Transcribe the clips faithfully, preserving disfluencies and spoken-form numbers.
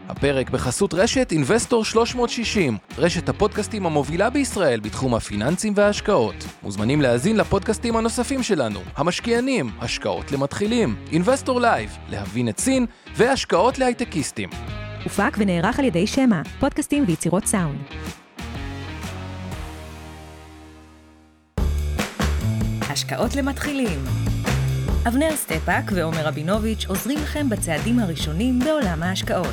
הפרק בחסות רשת Investor שלוש מאות שישים, רשת הפודקאסטים המובילה בישראל בתחום הפיננסים וההשקעות. מוזמנים להאזין לפודקאסטים הנוספים שלנו, המשקיענים, השקעות למתחילים, Investor Live, להבין את סין, והשקעות להייטקיסטים. הופק ונערך על ידי שמה, פודקאסטים ויצירות סאונד. השקעות למתחילים. אבנר סטפאק ועומר רבינוביץ' עוזרים לכם בצעדים הראשונים בעולם ההשקעות.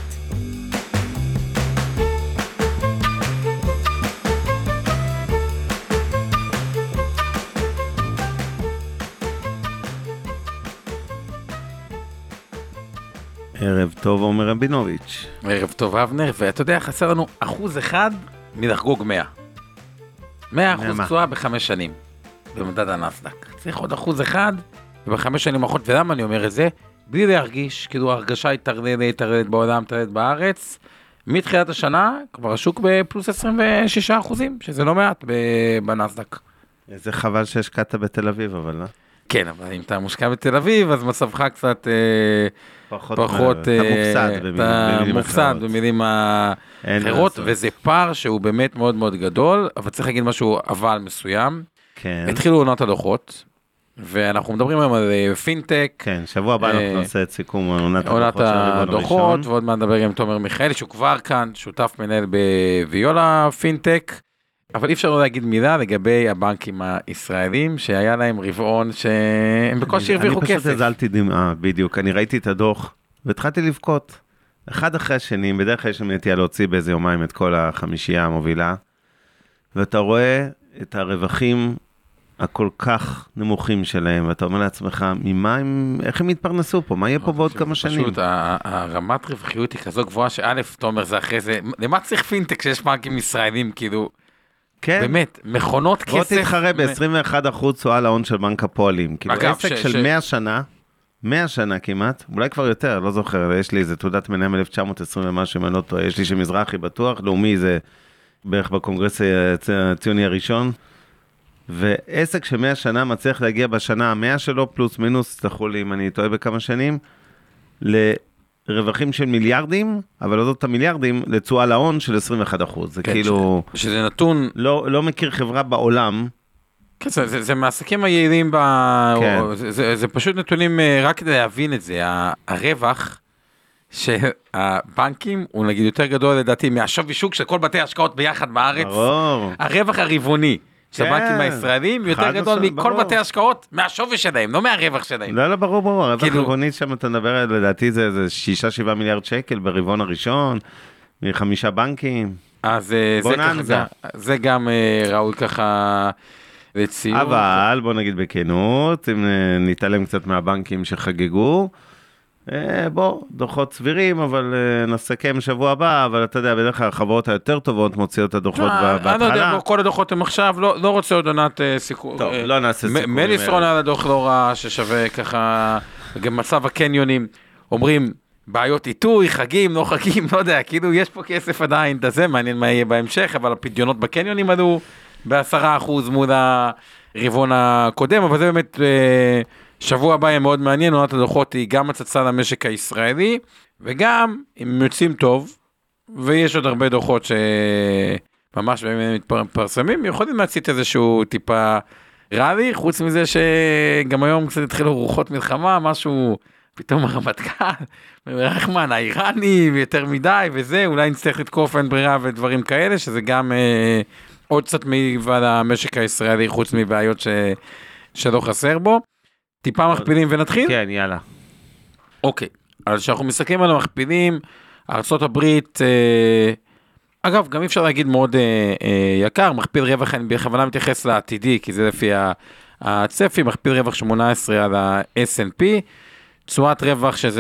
ערב טוב עומר רבינוביץ'. ערב טוב אבנר, ואתה יודע, חסר לנו אחוז אחד מלחגוג מאה. מאה אחוז תשואה בחמש שנים, במדד הנסדק. צריך עוד אחוז אחד, ובחמש שנים האחרונות, ולמה אני אומר את זה? בלי להרגיש, כאילו ההרגשה היא תרדית, תרדית בעולם, תרדית בארץ. מתחילת השנה, כבר השוק בפלוס עשרים ושישה אחוזים, שזה לא מעט בנסדק. איזה חבל שהשקעת בתל אביב, אבל לא? כן, אבל אם אתה מושקע בתל אביב, אז מצבך קצת פחות, אתה מופסד במילים אחרות, וזה פער שהוא באמת מאוד מאוד גדול, אבל צריך להגיד משהו אבל מסוים. התחילו עונות הדוחות, ואנחנו מדברים היום על פינטק. כן, שבוע הבא אנחנו נעשה את סיכום עונת הדוחות, ועוד מה נדבר עם תומר מיכאלי, שהוא כבר כאן, שותף מנהל בוויולה פינטק. אבל אי אפשר לא להגיד מילה לגבי הבנקים הישראלים, שהיה להם רבעון שהם בקושי הרוויחו כסף. אני פשוט הזלתי דמעה, בדיוק. אני ראיתי את הדוח, והתחלתי לבכות. אחד אחרי השני, בדרך כלל יש לנו נטייה להוציא באיזה יומיים את כל החמישייה המובילה, ואתה רואה את הרווחים הכל כך נמוכים שלהם, ואתה אומר לעצמך, ממה הם, איך הם יתפרנסו פה? מה יהיה פה בעוד כמה שנים? פשוט, הרמת רווחיות היא כזו גבוהה, שא', תומר, זה אחרי זה, למה צריך פינטק שיש בנקים ישראלים, כאילו, כן. באמת, מכונות כסף. בוא תתחרה ב-עשרים ואחד אחוז תשואה להון של בנק הפועלים. כאילו עסק ש... של ש... מאה שנה, מאה שנה כמעט, אולי כבר יותר, לא זוכר, יש לי איזה תעודת מנהל אלף תשע מאות עשרים ומשהו, אני לא טועה, יש לי שמזרחי בטוח, לאומי זה בערך בקונגרס הציוני הראשון, ועסק של מאה שנה מצליח להגיע בשנה המאה שלו, פלוס מינוס, תחול לי אם אני טועה בכמה שנים, ל... רווחים של מיליארדים, אבל לא זאת המיליארדים, לתשואה להון של עשרים ואחד אחוז. זה כאילו... שזה נתון... לא, לא מכיר חברה בעולם. כן, זה, זה, זה מעסקים היעילים, ב... כן. זה, זה, זה פשוט נתונים, רק כדי להבין את זה, הרווח שהבנקים, הוא נגיד יותר גדול לדעתי, מהשווי שוק של כל בתי ההשקעות ביחד בארץ. ברור. הרווח הרבעוני. שהבנקים הישראלים יותר גדול מכל בתי השקעות, מהשווי שלהם, לא מהרווח שלהם. לא, לא, ברור, ברור. הרווח הרבעוני שם אתה מדבר, לדעתי זה שישה שבעה מיליארד שקל ברבעון הראשון, מחמישה בנקים. אז זה גם ראוי ככה לציון. אבל בוא נגיד בכנות, אם נתעלם קצת מהבנקים שחגגו, בוא, דוחות סבירים, אבל נסכם שבוע הבא, אבל אתה יודע, בדרך כלל החברות היותר טובות מוציאות את הדוחות בהתחלה. אני יודע, כל הדוחות הם עכשיו, לא רוצה עוד עונת סיכום. טוב, לא נעשה סיכום. מליסרון על הדוח לא רע, ששווה ככה, גם מצב הקניונים, אומרים, בעיות עיתוי, חגים, לא חגים, לא יודע, כאילו יש פה כסף עדיין, זה מעניין מה יהיה בהמשך, אבל הפדיונות בקניונים עלו בעשרה אחוז מול הרבעון הקודם, אבל זה באמת... שבוע הבא יהיה מאוד מעניין, עונת הדוחות היא גם הצצה למשק הישראלי, וגם אם יוצאים טוב, ויש עוד הרבה דוחות שממש מתפרסמים, יכולים להציץ איזשהו טיפה רלי, חוץ מזה שגם היום קצת התחילו רוחות מלחמה, משהו, פתאום הרמטכ"ל, רחמן, האיראני, ויותר מדי, וזה, אולי נצטרך לתקוף אין ברירה ודברים כאלה, שזה גם אה, עוד קצת מלבד המשק הישראלי, חוץ מבעיות ש, שלא חסר בו. טיפה מכפילים ונתחיל? כן, יאללה. אוקיי, אז כשאנחנו מסתכלים על המכפילים, ארצות הברית, אה, אגב, גם אי אפשר להגיד מאוד אה, אה, יקר, מכפיל רווח, אני בכוונה מתייחס לעתידי, כי זה לפי הצפי, מכפיל רווח שמונה עשרה על ה-אס אנד פי, תשואת רווח שזה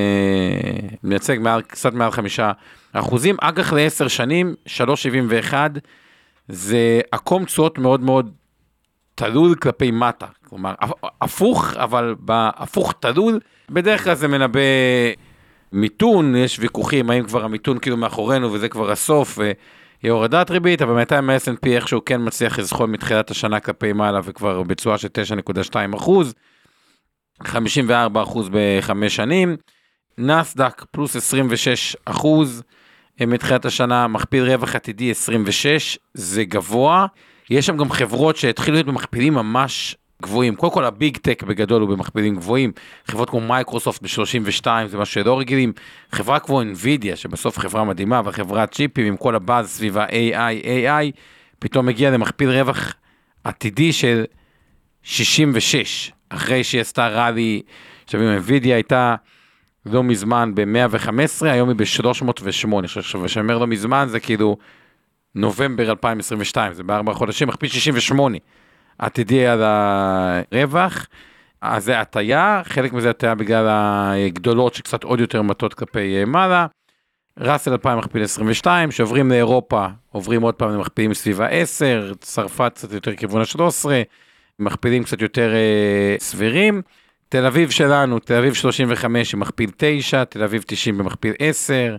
מייצג מעל, קצת מעל חמישה אחוזים, אג"ח לעשר שנים, שלוש שבעים ואחת, זה עקום תשואות מאוד מאוד תלול כלפי מטה, כלומר, הפוך, אבל בהפוך תלול, בדרך כלל זה מנבא מיתון, יש ויכוחים, האם כבר המיתון כאילו מאחורינו, וזה כבר הסוף, ויהיה הורדת ריבית, אבל בינתיים ה-אס אנד פי איכשהו כן מצליח לזחול מתחילת השנה כלפי מעלה, וכבר בצורה של תשע נקודה שתיים אחוז, חמישים וארבעה אחוז בחמש שנים, נסדק פלוס עשרים ושש אחוז, מתחילת השנה, מכפיל רווח עתידי עשרים ושש, זה גבוה. יש שם גם חברות שהתחילו להיות במכפילים ממש גבוהים. קודם כל, הביג טק בגדול הוא במכפילים גבוהים. חברות כמו מייקרוסופט ב-שלושים ושתיים, זה מה שלא רגילים. חברה כמו NVIDIA, שבסוף חברה מדהימה, וחברת צ'יפים עם כל הבאז סביב ה-איי איי, איי איי, פתאום מגיע למכפיל רווח עתידי של שישים ושש, אחרי שהיא עשתה רלי, עכשיו אם NVIDIA הייתה לא מזמן ב-מאה וחמש עשרה, היום היא ב-שלוש מאות ושמונה, עכשיו ושאומר לא מזמן זה כאילו נובמבר אלפיים עשרים ושתיים, זה בארבעה חודשים, מכפיל שישים ושמונה, עתידי על הרווח, אז זה הטיה, חלק מזה הטיה בגלל הגדולות שקצת עוד יותר מטות כלפי מעלה, רסל אלפיים מכפיל עשרים ושתיים, שעוברים לאירופה, עוברים עוד פעם למכפילים סביב ה-עשר, צרפת קצת יותר כיוון ה-שלוש עשרה, מכפילים קצת יותר אה, סבירים, תל אביב שלנו, תל אביב שלושים וחמש עם מכפיל תשע, תל אביב תשעים במכפיל עשר,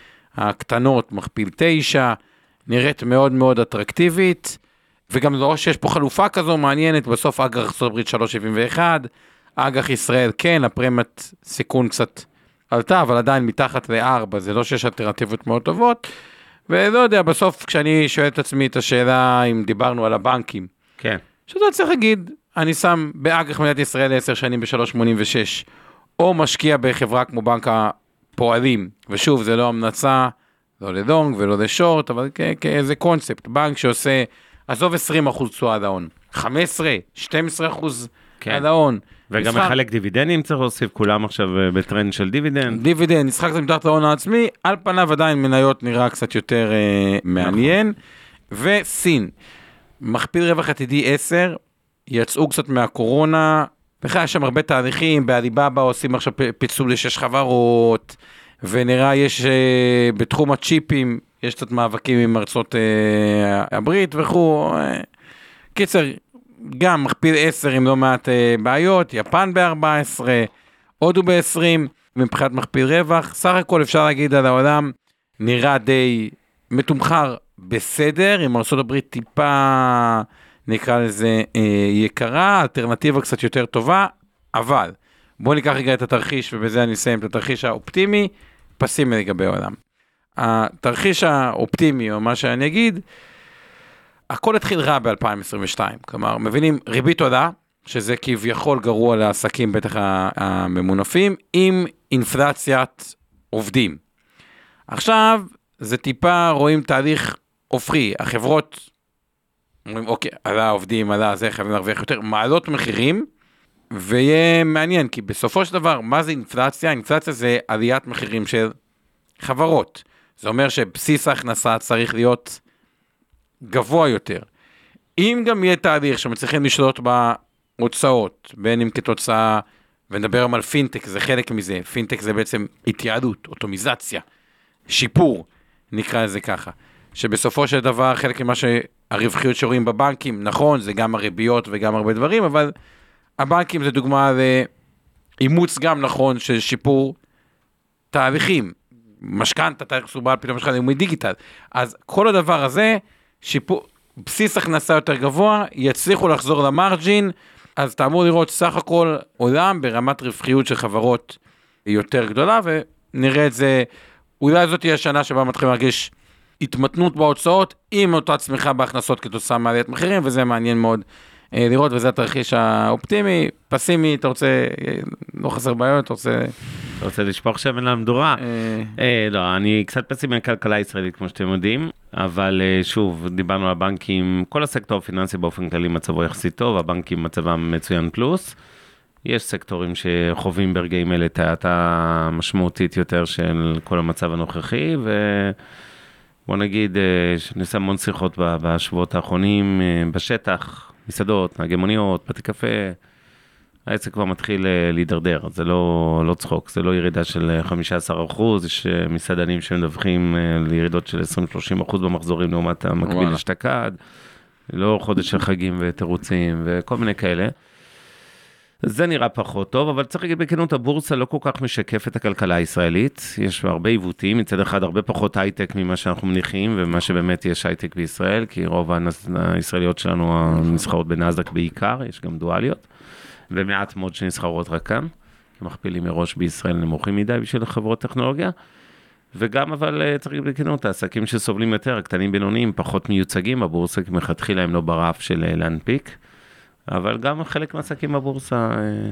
הקטנות מכפיל תשע, נראית מאוד מאוד אטרקטיבית, וגם לא שיש פה חלופה כזו מעניינת, בסוף אג"ח ארצות הברית שלוש שבעים ואחת, אג"ח ישראל כן, הפרמיית סיכון קצת עלתה, אבל עדיין מתחת ל-ארבע, זה לא שיש אלטרנטיבות מאוד טובות, ולא יודע, בסוף כשאני שואל את עצמי את השאלה, אם דיברנו על הבנקים, כן. שאתה צריך להגיד, אני שם באג"ח מדינת ישראל עשר שנים ב-שלוש שמונים ושש, או משקיע בחברה כמו בנק הפועלים, ושוב, זה לא המלצה, לא לדונג ולא לשורט, אבל כאיזה קונספט, בנק שעושה, עזוב עשרים אחוז תשואה על ההון, חמש עשרה, שתים עשרה אחוז על ההון. וגם מחלק דיבידנדים צריך להוסיף, כולם עכשיו בטרנד של דיבידנד. דיבידנד, נשחק זה מתחת להון העצמי, על פניו עדיין מניות נראה קצת יותר אה, מעניין, וסין, מכפיל רווח עתידי עשר, יצאו קצת מהקורונה, בכלל יש שם הרבה תהליכים, באליבאבא עושים עכשיו פיצול לשש חברות, ונראה יש אה, בתחום הצ'יפים, יש קצת מאבקים עם ארצות אה, הברית וכו'. אה, קיצר, גם מכפיל עשר עם לא מעט אה, בעיות, יפן ב-ארבע עשרה, הודו ב-עשרים, מבחינת מכפיל רווח, סך הכל אפשר להגיד על העולם, נראה די מתומחר בסדר, עם ארצות הברית טיפה, נקרא לזה אה, יקרה, אלטרנטיבה קצת יותר טובה, אבל בואו ניקח רגע את התרחיש, ובזה אני אסיים את התרחיש האופטימי, פסימי לגבי העולם. התרחיש האופטימי, או מה שאני אגיד, הכל התחיל רע ב-אלפיים עשרים ושתיים, כלומר, מבינים, ריבית עולה, שזה כביכול גרוע לעסקים בטח הממונפים, עם אינפלציית עובדים. עכשיו, זה טיפה רואים תהליך הופכי, החברות אומרים, אוקיי, עלה העובדים, עלה זה, חייבים להרוויח יותר, מעלות מחירים, ויהיה מעניין, כי בסופו של דבר, מה זה אינפלציה? אינפלציה זה עליית מחירים של חברות. זה אומר שבסיס ההכנסה צריך להיות גבוה יותר. אם גם יהיה תהליך שמצליחים לשלוט בהוצאות, בין אם כתוצאה, ונדבר על פינטק, זה חלק מזה, פינטק זה בעצם התייעלות, אוטומיזציה, שיפור, נקרא לזה ככה, שבסופו של דבר חלק ממה שהרווחיות שרואים בבנקים, נכון, זה גם הריביות וגם הרבה דברים, אבל הבנקים זה דוגמה לאימוץ גם נכון של שיפור תהליכים, משכנתא, תהליך סובל, פתאום משכנתא, לאומי דיגיטל, אז כל הדבר הזה, שיפור, בסיס הכנסה יותר גבוה, יצליחו לחזור למרג'ין, אז אתה אמור לראות סך הכל עולם ברמת רווחיות של חברות יותר גדולה, ונראה את זה, אולי זאת תהיה השנה שבה מתחילים להרגיש התמתנות בהוצאות, עם אותה צמיחה בהכנסות כתוצאה מעליית מחירים, וזה מעניין מאוד אה, לראות, וזה התרחיש האופטימי, פסימי, אתה רוצה, לא חסר בעיות, אתה רוצה... אתה רוצה לשפוך שמן למדורה? אה... אה, לא, אני קצת פסימי לכלכלה הישראלית, כמו שאתם יודעים, אבל אה, שוב, דיברנו על הבנקים, כל הסקטור הפיננסי באופן כללי מצבו יחסית טוב, הבנקים מצבם מצוין פלוס, יש סקטורים שחווים ברגעים אלה את ההאטה משמעותית יותר של כל המצב הנוכחי, ובוא נגיד, שנעשה המון שיחות בשבועות האחרונים, בשטח, מסעדות, נהגי מוניות, בתי קפה, העסק כבר מתחיל להידרדר, זה לא, לא צחוק, זה לא ירידה של חמישה עשר אחוז, יש מסעדנים שמדווחים לירידות של עשרים שלושים אחוז במחזורים לעומת המקביל אשתקד, לא חודש של חגים ותירוצים וכל מיני כאלה. זה נראה פחות טוב, אבל צריך להגיד בכנות, הבורסה לא כל כך משקף את הכלכלה הישראלית, יש הרבה עיוותים, מצד אחד הרבה פחות הייטק ממה שאנחנו מניחים, ומה שבאמת יש הייטק בישראל, כי רוב הישראליות שלנו נסחרות בנאסד"ק בעיקר, יש גם דואליות, ומעט מאוד שנסחרות רק כאן, המכפילים מראש בישראל נמוכים מדי בשביל חברות טכנולוגיה, וגם אבל צריך בכנות, העסקים שסובלים יותר, הקטנים בינוניים, פחות מיוצגים בבורסה, כי מלכתחילה הם לא ברף של להנפיק, אבל גם חלק מהעסקים בבורסה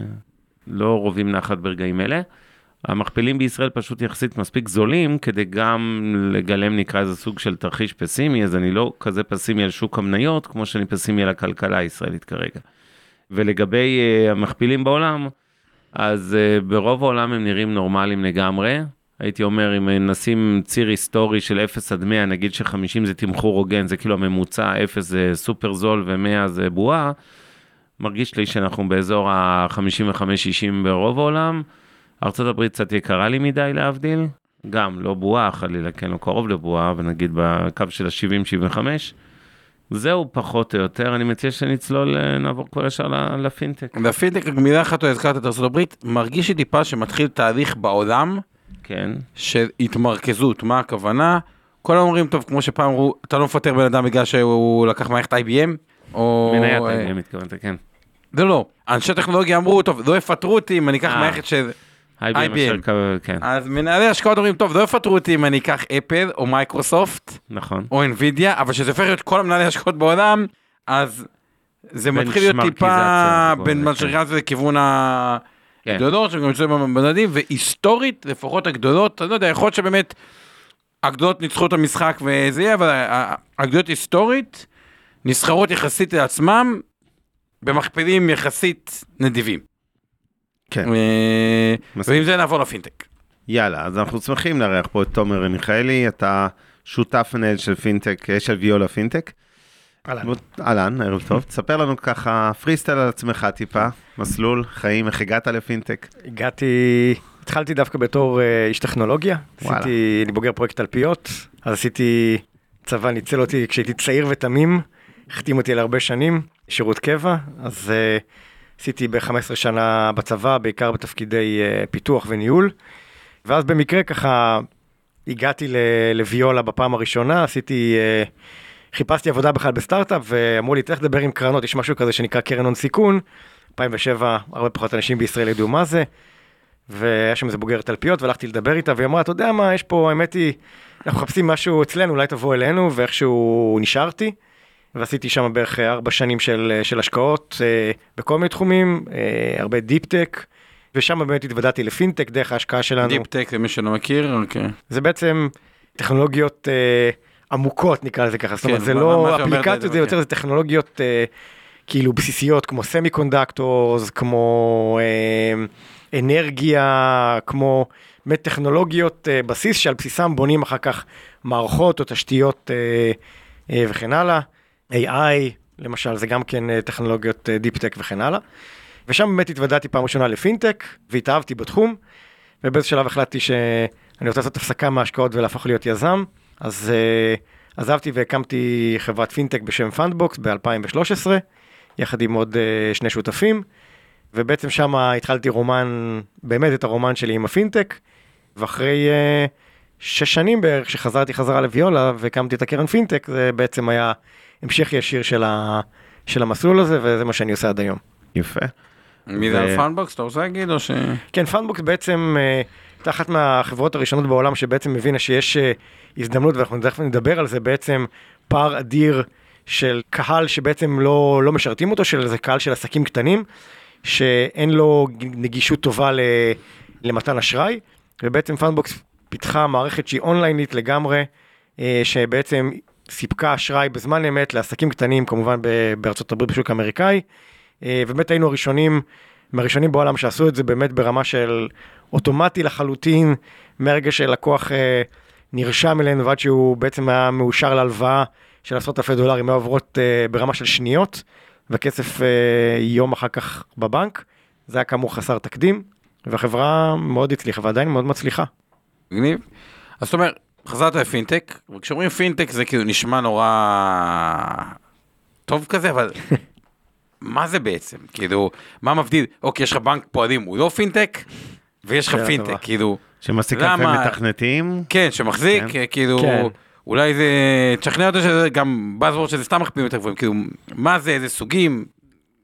לא רובים נחת ברגעים אלה. המכפילים בישראל פשוט יחסית מספיק זולים, כדי גם לגלם נקרא איזה סוג של תרחיש פסימי, אז אני לא כזה פסימי על שוק המניות, כמו שאני פסימי על הכלכלה הישראלית כרגע. ולגבי uh, המכפילים בעולם, אז uh, ברוב העולם הם נראים נורמליים לגמרי. הייתי אומר, אם נשים ציר היסטורי של אפס עד מאה, נגיד ש-חמישים זה תמחור הוגן, זה כאילו הממוצע, אפס זה סופר זול ו-מאה זה בועה, מרגיש לי שאנחנו באזור ה-חמישים וחמש שישים ברוב העולם. ארצות הברית קצת יקרה לי מדי להבדיל, גם לא בועה חלילה, כן, לא קרוב לבועה, ונגיד בקו של ה-שבעים שבעים וחמש, זהו פחות או יותר, אני מציע שנצלול, נעבור כבר ישר לפינטק. לפינטק, מילה אחת או הזכרת את ארצות הברית, מרגיש לי טיפה שמתחיל תהליך בעולם, כן. של התמרכזות, מה הכוונה? כל אומרים, טוב, כמו שפעם אמרו, אתה לא מפטר בן אדם בגלל שהוא לקח מערכת איי בי אם, או... מניית איי בי אם מתכוונת, כן. זה לא, אנשי טכנולוגיה אמרו, טוב, לא יפטרו אותי אם אני אקח מערכת של... איי בי אם, כן. אז מנהלי השקעות אומרים, טוב, לא יפטרו אותי אם אני אקח אפל או מייקרוסופט, נכון. או אינווידיה, אבל שזה הופך להיות כל המנהלי השקעות בעולם, אז זה מתחיל להיות טיפה בין מלשריזציה לכיוון הגדולות, שגם יוצאים במדדים, והיסטורית, לפחות הגדולות, אני לא יודע, יכול להיות שבאמת הגדולות ניצחו את המשחק וזה יהיה, אבל הגדולות היסטורית נסחרות יחסית לעצמם, במכפילים יחסית נדיבים. כן. ועם זה נעבור לפינטק. יאללה, אז אנחנו שמחים לארח פה את תומר מיכאלי, אתה שותף מנהל של פינטק, של ויולה פינטק. אהלן. אהלן, ערב טוב. תספר לנו ככה פריסטייל על עצמך טיפה, מסלול, חיים, איך הגעת לפינטק? הגעתי, התחלתי דווקא בתור איש טכנולוגיה, עשיתי, אני בוגר פרויקט תלפיות, אז עשיתי צבא, ניצל אותי כשהייתי צעיר ותמים, החתים אותי על הרבה שנים, שירות קבע, אז... עשיתי ב-חמש עשרה שנה בצבא, בעיקר בתפקידי uh, פיתוח וניהול, ואז במקרה ככה הגעתי לוויולה בפעם הראשונה, עשיתי, uh, חיפשתי עבודה בכלל בסטארט-אפ, ואמרו לי, תלך לדבר עם קרנות, יש משהו כזה שנקרא קרן הון סיכון, אלפיים ושבע, הרבה פחות אנשים בישראל ידעו מה זה, והיה שם איזה בוגרת תלפיות, והלכתי לדבר איתה, והיא אמרה, אתה יודע מה, יש פה, האמת היא, אנחנו חפשים משהו אצלנו, אולי תבוא אלינו, ואיכשהו נשארתי, ועשיתי שם בערך ארבע שנים של, של השקעות אה, בכל מיני תחומים, אה, הרבה דיפ-טק, ושם באמת התוודעתי לפינטק דרך ההשקעה שלנו. דיפ-טק, למי שלא מכיר, אוקיי. זה בעצם טכנולוגיות אה, עמוקות, נקרא לזה ככה. כן, זאת אומרת, זה לא אפליקציות, זה, זה יותר, זה טכנולוגיות אה, כאילו בסיסיות, כמו סמי-קונדקטורס, כמו אה, אנרגיה, כמו באמת טכנולוגיות אה, בסיס, שעל בסיסם בונים אחר כך מערכות או תשתיות אה, אה, וכן הלאה. איי איי, למשל, זה גם כן טכנולוגיות דיפ-טק וכן הלאה. ושם באמת התוודעתי פעם ראשונה לפינטק, והתאהבתי בתחום, ובאיזה שלב החלטתי שאני רוצה לעשות הפסקה מההשקעות ולהפוך להיות יזם, אז uh, עזבתי והקמתי חברת פינטק בשם פנדבוקס ב-אלפיים ושלוש עשרה, יחד עם עוד uh, שני שותפים, ובעצם שם התחלתי רומן, באמת את הרומן שלי עם הפינטק, ואחרי uh, שש שנים בערך שחזרתי חזרה לוויולה, והקמתי את הקרן פינטק, זה בעצם היה... המשך ישיר של, ה... של המסלול הזה, וזה מה שאני עושה עד היום. יפה. מי זה על פאנבוקס, אתה רוצה להגיד או ש... כן, פאנבוקס בעצם, הייתה אחת מהחברות הראשונות בעולם, שבעצם מבינה שיש הזדמנות, ואנחנו דרך נדבר על זה, בעצם פער אדיר של קהל שבעצם לא, לא משרתים אותו, של זה קהל של עסקים קטנים, שאין לו נגישות טובה למתן אשראי, ובעצם פאנבוקס פיתחה מערכת שהיא אונליינית לגמרי, שבעצם... סיפקה אשראי בזמן אמת לעסקים קטנים, כמובן בארצות הברית בשוק האמריקאי, ובאמת היינו הראשונים, מהראשונים בעולם שעשו את זה באמת ברמה של אוטומטי לחלוטין, מהרגע שלקוח נרשם אלינו, ועד שהוא בעצם היה מאושר להלוואה של עשרות אלפי דולרים, היה עוברות ברמה של שניות, וכסף יום אחר כך בבנק, זה היה כאמור חסר תקדים, והחברה מאוד הצליחה, ועדיין מאוד מצליחה. מגניב. אז זאת אומרת, חזרת לפינטק, וכשאומרים פינטק זה כאילו נשמע נורא טוב כזה, אבל מה זה בעצם? כאילו, מה מבדיל? אוקיי, יש לך בנק פועלים, הוא לא פינטק, ויש לך פינטק, כאילו... שמחזיק אלפי מתכנתים? כן, שמחזיק, כאילו, אולי זה... תשכנע אותו שזה גם בזוורד שזה סתם מכפילים יותר גבוהים, כאילו, מה זה, איזה סוגים?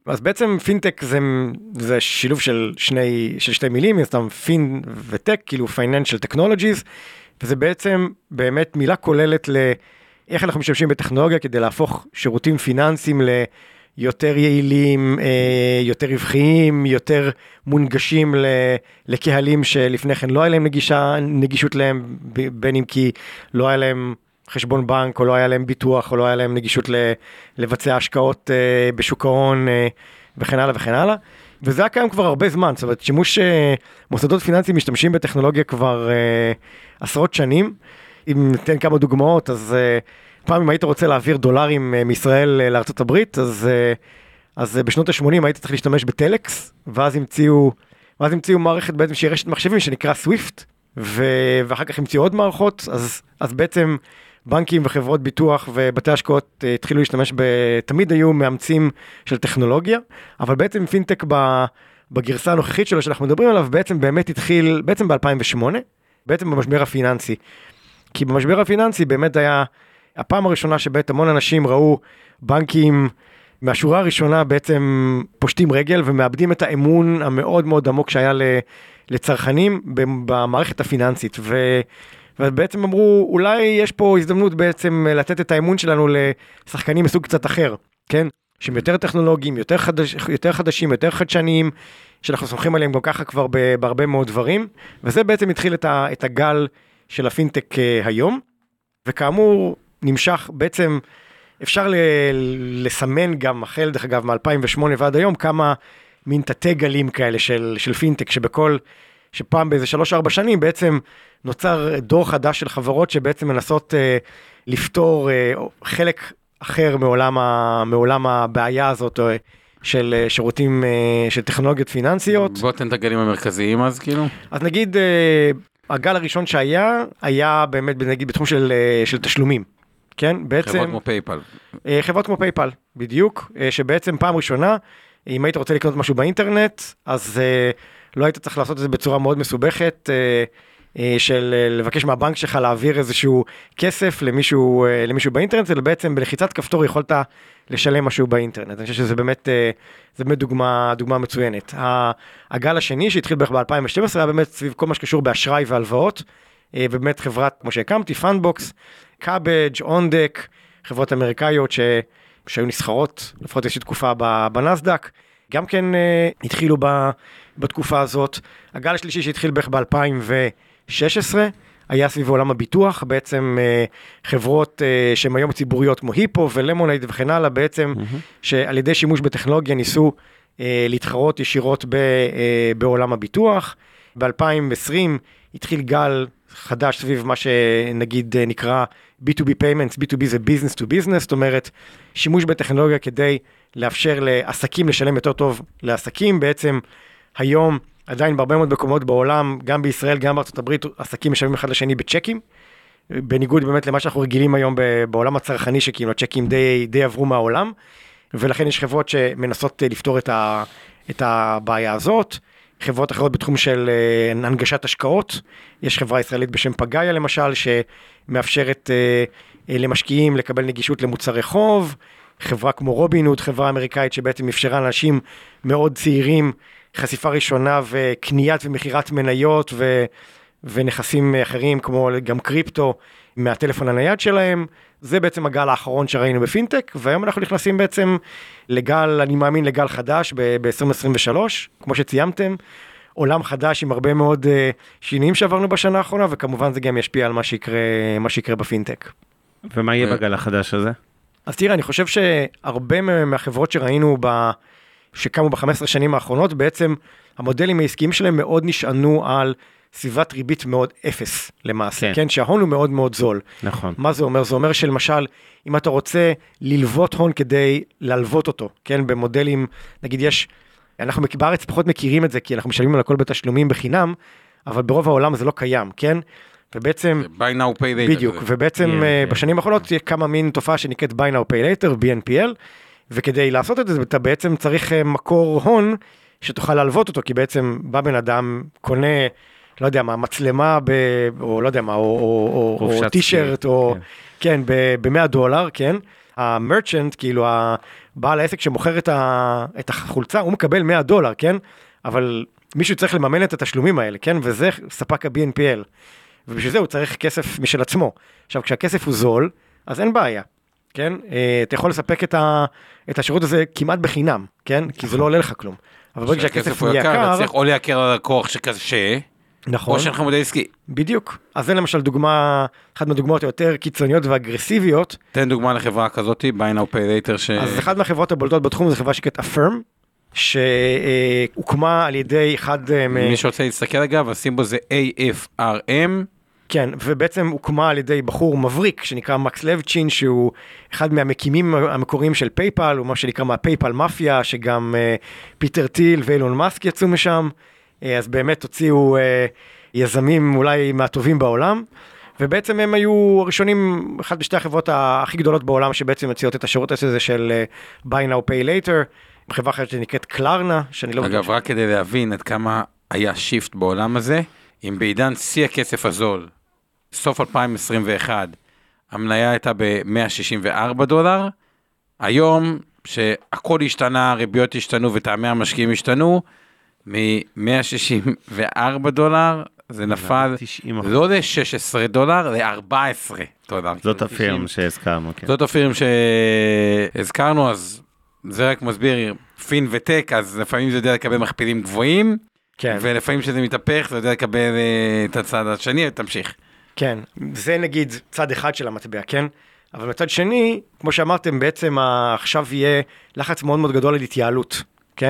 אז בעצם פינטק זה, זה שילוב של שני, של שתי מילים, סתם פין וטק, כאילו Financial Technologies, וזה בעצם באמת מילה כוללת לאיך אנחנו משתמשים בטכנולוגיה כדי להפוך שירותים פיננסיים ליותר יעילים, יותר רווחיים, יותר מונגשים לקהלים שלפני כן לא היה להם נגישה, נגישות להם, בין אם כי לא היה להם חשבון בנק, או לא היה להם ביטוח, או לא היה להם נגישות לבצע השקעות בשוק ההון, וכן הלאה וכן הלאה. וזה היה קיים כבר הרבה זמן, זאת אומרת, שימוש מוסדות פיננסיים משתמשים בטכנולוגיה כבר עשרות שנים. אם ניתן כמה דוגמאות, אז פעם אם היית רוצה להעביר דולרים מישראל לארצות הברית, אז, אז בשנות ה-שמונים היית צריך להשתמש בטלקס, ואז המציאו, ואז המציאו מערכת בעצם שהיא רשת מחשבים שנקרא סוויפט, ואחר כך המציאו עוד מערכות, אז, אז בעצם בנקים וחברות ביטוח ובתי השקעות התחילו להשתמש ב... תמיד היו מאמצים של טכנולוגיה, אבל בעצם פינטק בגרסה הנוכחית שלו שאנחנו מדברים עליו, בעצם באמת התחיל, בעצם ב-אלפיים ושמונה, בעצם במשבר הפיננסי. כי במשבר הפיננסי באמת היה הפעם הראשונה שבית המון אנשים ראו בנקים מהשורה הראשונה בעצם פושטים רגל ומאבדים את האמון המאוד מאוד עמוק שהיה לצרכנים במערכת הפיננסית. ו... ובעצם אמרו, אולי יש פה הזדמנות בעצם לתת את האמון שלנו לשחקנים מסוג קצת אחר, כן? שהם יותר טכנולוגיים, יותר, חדש, יותר חדשים, יותר חדשניים, שאנחנו סומכים עליהם גם ככה כבר בהרבה מאוד דברים, וזה בעצם התחיל את, ה, את הגל של הפינטק היום, וכאמור נמשך בעצם, אפשר ל, לסמן גם החל, דרך אגב, מ-אלפיים ושמונה ועד היום, כמה מין תתי גלים כאלה של, של פינטק, שבכל, שפעם באיזה שלוש ארבע שנים בעצם נוצר דור חדש של חברות שבעצם מנסות אה, לפתור אה, חלק אחר מעולם, ה, מעולם הבעיה הזאת אה, של אה, שירותים, אה, של טכנולוגיות פיננסיות. בוא תן את הגלים המרכזיים אז כאילו. אז נגיד, אה, הגל הראשון שהיה, היה באמת נגיד בתחום של, אה, של תשלומים. כן, בעצם... חברות כמו פייפל. אה, חברות כמו פייפל, בדיוק, אה, שבעצם פעם ראשונה, אם היית רוצה לקנות משהו באינטרנט, אז אה, לא היית צריך לעשות את זה בצורה מאוד מסובכת, אה, של לבקש מהבנק שלך להעביר איזשהו כסף למישהו, למישהו באינטרנט, אלא בעצם בלחיצת כפתור יכולת לשלם משהו באינטרנט. אני חושב שזה באמת, זה באמת דוגמה, דוגמה מצוינת. הגל השני שהתחיל בערך ב-אלפיים ושתים עשרה היה באמת סביב כל מה שקשור באשראי והלוואות, ובאמת חברת, כמו שהקמתי, פאנדבוקס, קאבג', אונדק, חברות אמריקאיות ש... שהיו נסחרות, לפחות איזושהי תקופה בנסדק, גם כן התחילו ב... בתקופה הזאת. הגל השלישי שהתחיל בערך ב-אלפיים ושש עשרה, היה סביב עולם הביטוח, בעצם חברות שהן היום ציבוריות כמו היפו ולמונייד וכן הלאה, בעצם mm-hmm. שעל ידי שימוש בטכנולוגיה ניסו להתחרות ישירות ב, בעולם הביטוח. ב-אלפיים ועשרים התחיל גל חדש סביב מה שנגיד נקרא בי טו בי payments, בי טו בי זה business to business, זאת אומרת שימוש בטכנולוגיה כדי לאפשר לעסקים לשלם יותר טוב לעסקים, בעצם היום עדיין בהרבה מאוד מקומות בעולם, גם בישראל, גם בארצות הברית, עסקים משלמים אחד לשני בצ'קים, בניגוד באמת למה שאנחנו רגילים היום בעולם הצרכני, שכאילו הצ'קים די, די עברו מהעולם, ולכן יש חברות שמנסות לפתור את, ה, את הבעיה הזאת, חברות אחרות בתחום של הנגשת השקעות, יש חברה ישראלית בשם פגאיה למשל, שמאפשרת למשקיעים לקבל נגישות למוצרי חוב, חברה כמו רובינהוד, חברה אמריקאית שבעצם אפשרה לאנשים מאוד צעירים, חשיפה ראשונה וקניית ומחירת מניות ו, ונכסים אחרים כמו גם קריפטו מהטלפון הנייד שלהם. זה בעצם הגל האחרון שראינו בפינטק, והיום אנחנו נכנסים בעצם לגל, אני מאמין לגל חדש ב-עשרים עשרים ושלוש, כמו שציימתם, עולם חדש עם הרבה מאוד uh, שינויים שעברנו בשנה האחרונה, וכמובן זה גם ישפיע על מה שיקרה, מה שיקרה בפינטק. ומה יהיה בגל החדש הזה? אז תראה, אני חושב שהרבה מהחברות שראינו ב... שקמו ב-חמש עשרה שנים האחרונות, בעצם המודלים העסקיים שלהם מאוד נשענו על סביבת ריבית מאוד אפס למעשה, כן, כן? שההון הוא מאוד מאוד זול. נכון. מה זה אומר? זה אומר שלמשל, אם אתה רוצה ללוות הון כדי ללוות אותו, כן? במודלים, נגיד יש, אנחנו בארץ פחות מכירים את זה, כי אנחנו משלמים על הכל בתשלומים בחינם, אבל ברוב העולם זה לא קיים, כן? ובעצם, buy now pay later. בדיוק, ובעצם yeah, בשנים yeah. האחרונות יש כמה מין תופעה שנקראת buy now pay later, בי אן פי אל, וכדי לעשות את זה, אתה בעצם צריך מקור הון שתוכל להלוות אותו, כי בעצם בא בן אדם, קונה לא יודע מה, מצלמה, ב, או לא יודע מה, או, או, או, או טישרט, או, כן, ב-מאה דולר, כן? המרצ'נט, כאילו, הבעל העסק שמוכר את, ה, את החולצה, הוא מקבל מאה דולר, כן? אבל מישהו צריך לממן את התשלומים האלה, כן? וזה ספק ה-בי אן פי אל. ובשביל זה הוא צריך כסף משל עצמו. עכשיו, כשהכסף הוא זול, אז אין בעיה, כן? אתה יכול לספק את, ה, את השירות הזה כמעט בחינם, כן? כי זה לא עולה לך כלום. אבל ברגע שהכסף הוא יקר, אתה צריך או לייקר על לקוח שכזה, נכון. או שאנחנו מודל עסקי. בדיוק. אז זה למשל דוגמה, אחת מהדוגמאות היותר קיצוניות ואגרסיביות. תן דוגמה לחברה כזאת, buy now pay later. ש... אז אחת מהחברות הבולטות בתחום, זו חברה שקראת Affirm, שהוקמה על ידי אחד... מי שרוצה להסתכל אגב, הסימבול זה איי אף אר אם. כן, ובעצם הוקמה על ידי בחור מבריק, שנקרא מקס לבצ'ין, שהוא אחד מהמקימים המקוריים של פייפל, הוא מה שנקרא מהפייפל מאפיה, שגם פיטר טיל ואילון מאסק יצאו משם, אז באמת הוציאו יזמים אולי מהטובים בעולם, ובעצם הם היו הראשונים, אחת משתי החברות הכי גדולות בעולם, שבעצם מציעות את השירות הזה של buy now pay later, חברה אחרת שנקראת קלרנה, שאני לא... אגב, רק כדי להבין עד כמה היה שיפט בעולם הזה, אם בעידן שיא הכסף הזול, סוף אלפיים עשרים ואחת, המניה הייתה ב-מאה שישים וארבעה דולר, היום שהכל השתנה, הריביות השתנו וטעמי המשקיעים השתנו, מ-מאה שישים וארבעה דולר, זה נפל לא ל-שש עשרה דולר, ל-ארבע עשרה דולר. זאת הפירם שהזכרנו. זאת הפירם שהזכרנו, אז זה רק מסביר, פין וטק, אז לפעמים זה יודע לקבל מכפילים גבוהים, כן. ולפעמים שזה מתהפך, זה יודע לקבל את הצד השני, תמשיך. כן, זה נגיד צד אחד של המטבע, כן? אבל מצד שני, כמו שאמרתם, בעצם עכשיו יהיה לחץ מאוד מאוד גדול על התייעלות, כן?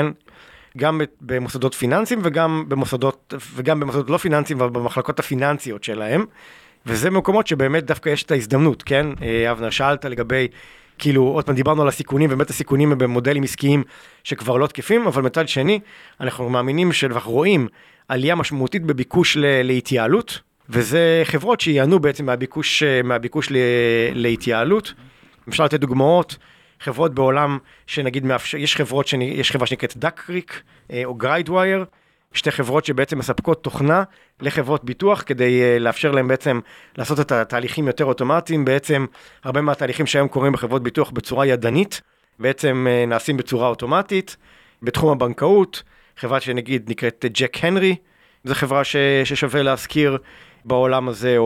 גם במוסדות פיננסיים וגם במוסדות, וגם במוסדות לא פיננסיים, אבל במחלקות הפיננסיות שלהם, וזה מקומות שבאמת דווקא יש את ההזדמנות, כן? אבנר, שאלת לגבי, כאילו, עוד פעם דיברנו על הסיכונים, ובאמת הסיכונים הם במודלים עסקיים שכבר לא תקפים, אבל מצד שני, אנחנו מאמינים שאנחנו רואים עלייה משמעותית בביקוש להתייעלות, וזה חברות שיענו בעצם מהביקוש, מהביקוש להתייעלות. אפשר לתת דוגמאות, חברות בעולם שנגיד מאפשר, יש חברות, יש חברה שנקראת דאק קריק או גריידווייר, שתי חברות שבעצם מספקות תוכנה לחברות ביטוח, כדי לאפשר להם בעצם לעשות את התהליכים יותר אוטומטיים, בעצם הרבה מהתהליכים שהיום קורים בחברות ביטוח בצורה ידנית, בעצם נעשים בצורה אוטומטית. בתחום הבנקאות, חברה שנגיד נקראת ג'ק הנרי, זו חברה ש, ששווה להזכיר בעולם הזה, או,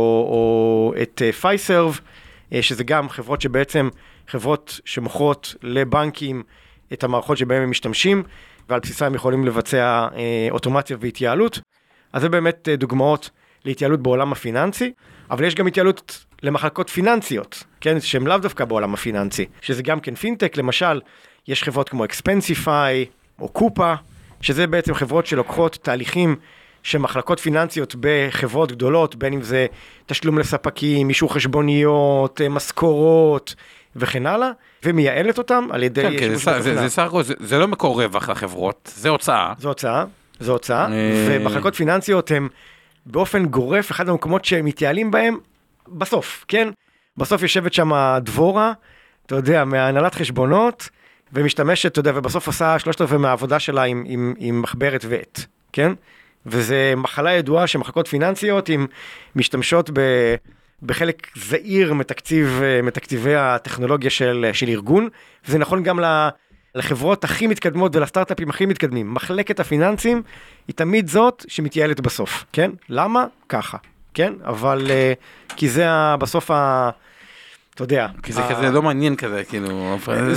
או את פייסרב, שזה גם חברות שבעצם, חברות שמוכרות לבנקים את המערכות שבהם הם משתמשים, ועל בסיסה הם יכולים לבצע אה, אוטומציה והתייעלות. אז זה באמת אה, דוגמאות להתייעלות בעולם הפיננסי, אבל יש גם התייעלות למחלקות פיננסיות, כן, שהן לאו דווקא בעולם הפיננסי, שזה גם כן פינטק, למשל, יש חברות כמו אקספנסיפיי או קופה, שזה בעצם חברות שלוקחות תהליכים שמחלקות פיננסיות בחברות גדולות, בין אם זה תשלום לספקים, אישור חשבוניות, משכורות וכן הלאה, ומייעלת אותם על ידי... כן, כן, זה, זה, זה, זה, זה לא מקור רווח לחברות, זה הוצאה. זה הוצאה, זה הוצאה, ומחלקות פיננסיות הם באופן גורף, אחד המקומות שהם מתייעלים בהם בסוף, כן? בסוף יושבת שם דבורה, אתה יודע, מהנהלת חשבונות, ומשתמשת, אתה יודע, ובסוף עושה שלושת רבעי מהעבודה שלה עם, עם, עם מחברת ועט, כן? וזה מחלה ידועה שמחלקות פיננסיות עם משתמשות ב, בחלק זעיר מתקציב, מתקציבי הטכנולוגיה של, של ארגון, וזה נכון גם לחברות הכי מתקדמות ולסטארט-אפים הכי מתקדמים. מחלקת הפיננסים היא תמיד זאת שמתייעלת בסוף, כן? למה? ככה, כן? אבל כי זה בסוף ה... אתה יודע. כי זה כזה לא מעניין כזה, כאילו...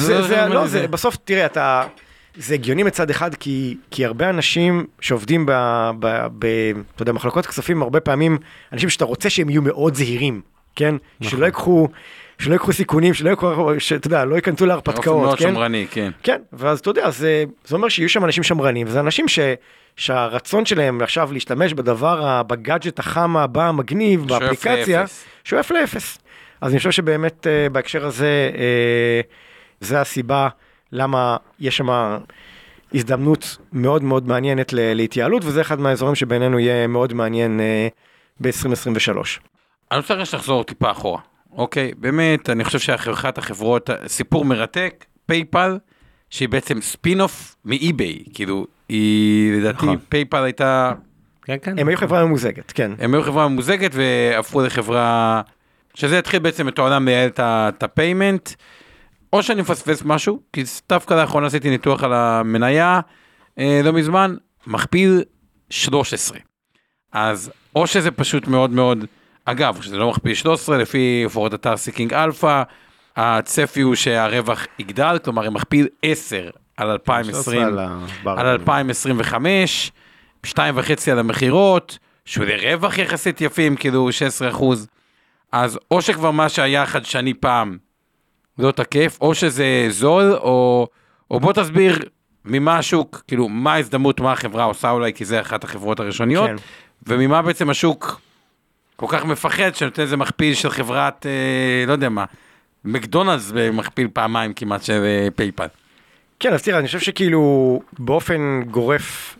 לא, זה בסוף, תראה, אתה... זה הגיוני מצד אחד, כי, כי הרבה אנשים שעובדים ב, ב, ב, אתה יודע, מחלקות כספים, הרבה פעמים, אנשים שאתה רוצה שהם יהיו מאוד זהירים, כן? נכון. שלא יקחו, שלא יקחו סיכונים, שלא יקחו, שאתה יודע, לא ייכנסו להרפתקאות, מאוד כן? שמרני, כן. כן, ואז אתה יודע, זה, זה אומר שיהיו שם אנשים שמרנים, וזה אנשים ש, שהרצון שלהם עכשיו להשתמש בדבר, בגאדג'ט החם הבא, המגניב, באפליקציה, שואף לאפס. אז אני חושב שבאמת בהקשר הזה, זה הסיבה, למה יש שם הזדמנות מאוד מאוד מעניינת להתייעלות, וזה אחד מהאזורים שבינינו יהיה מאוד מעניין ב-עשרים עשרים ושלוש. אני רוצה לחזור טיפה אחורה, אוקיי? באמת, אני חושב שאחת החברות, סיפור מרתק, פייפל, שהיא בעצם ספין-אוף מאי-ביי, כאילו, היא לדעתי, פייפל הייתה כן, כן. הם היו חברה ממוזגת, כן. הם היו חברה ממוזגת והפכו לחברה, שזה התחיל בעצם את העולם לייעל את הפיימנט, או שאני מפספס משהו, כי דווקא לאחרונה עשיתי ניתוח על המניה, לא מזמן, מכפיל שלוש עשרה. אז או שזה פשוט מאוד מאוד, אגב, שזה לא מכפיל שלוש עשרה, לפי פורט אתר סיקינג אלפא, הצפי הוא שהרווח יגדל, כלומר, הם מכפיל עשר על אלפיים עשרים, על אלפיים עשרים וחמש, שתיים וחצי על המחירות, שהוא לרווח יחסית יפים, כאילו שש עשרה אחוז, אז או שכבר מה שהיה חדשני פעם, לא תקף, או שזה זול, או, או בוא תסביר ממה השוק, כאילו, מה ההזדמנות, מה החברה עושה אולי, כי זה אחת החברות הראשוניות, כן. וממה בעצם השוק כל כך מפחד, שנותן איזה מכפיל של חברת, אה, לא יודע מה, מקדונלדס במכפיל פעמיים כמעט של אה, פייפל. כן, אז תראה, אני חושב שכאילו, באופן גורף,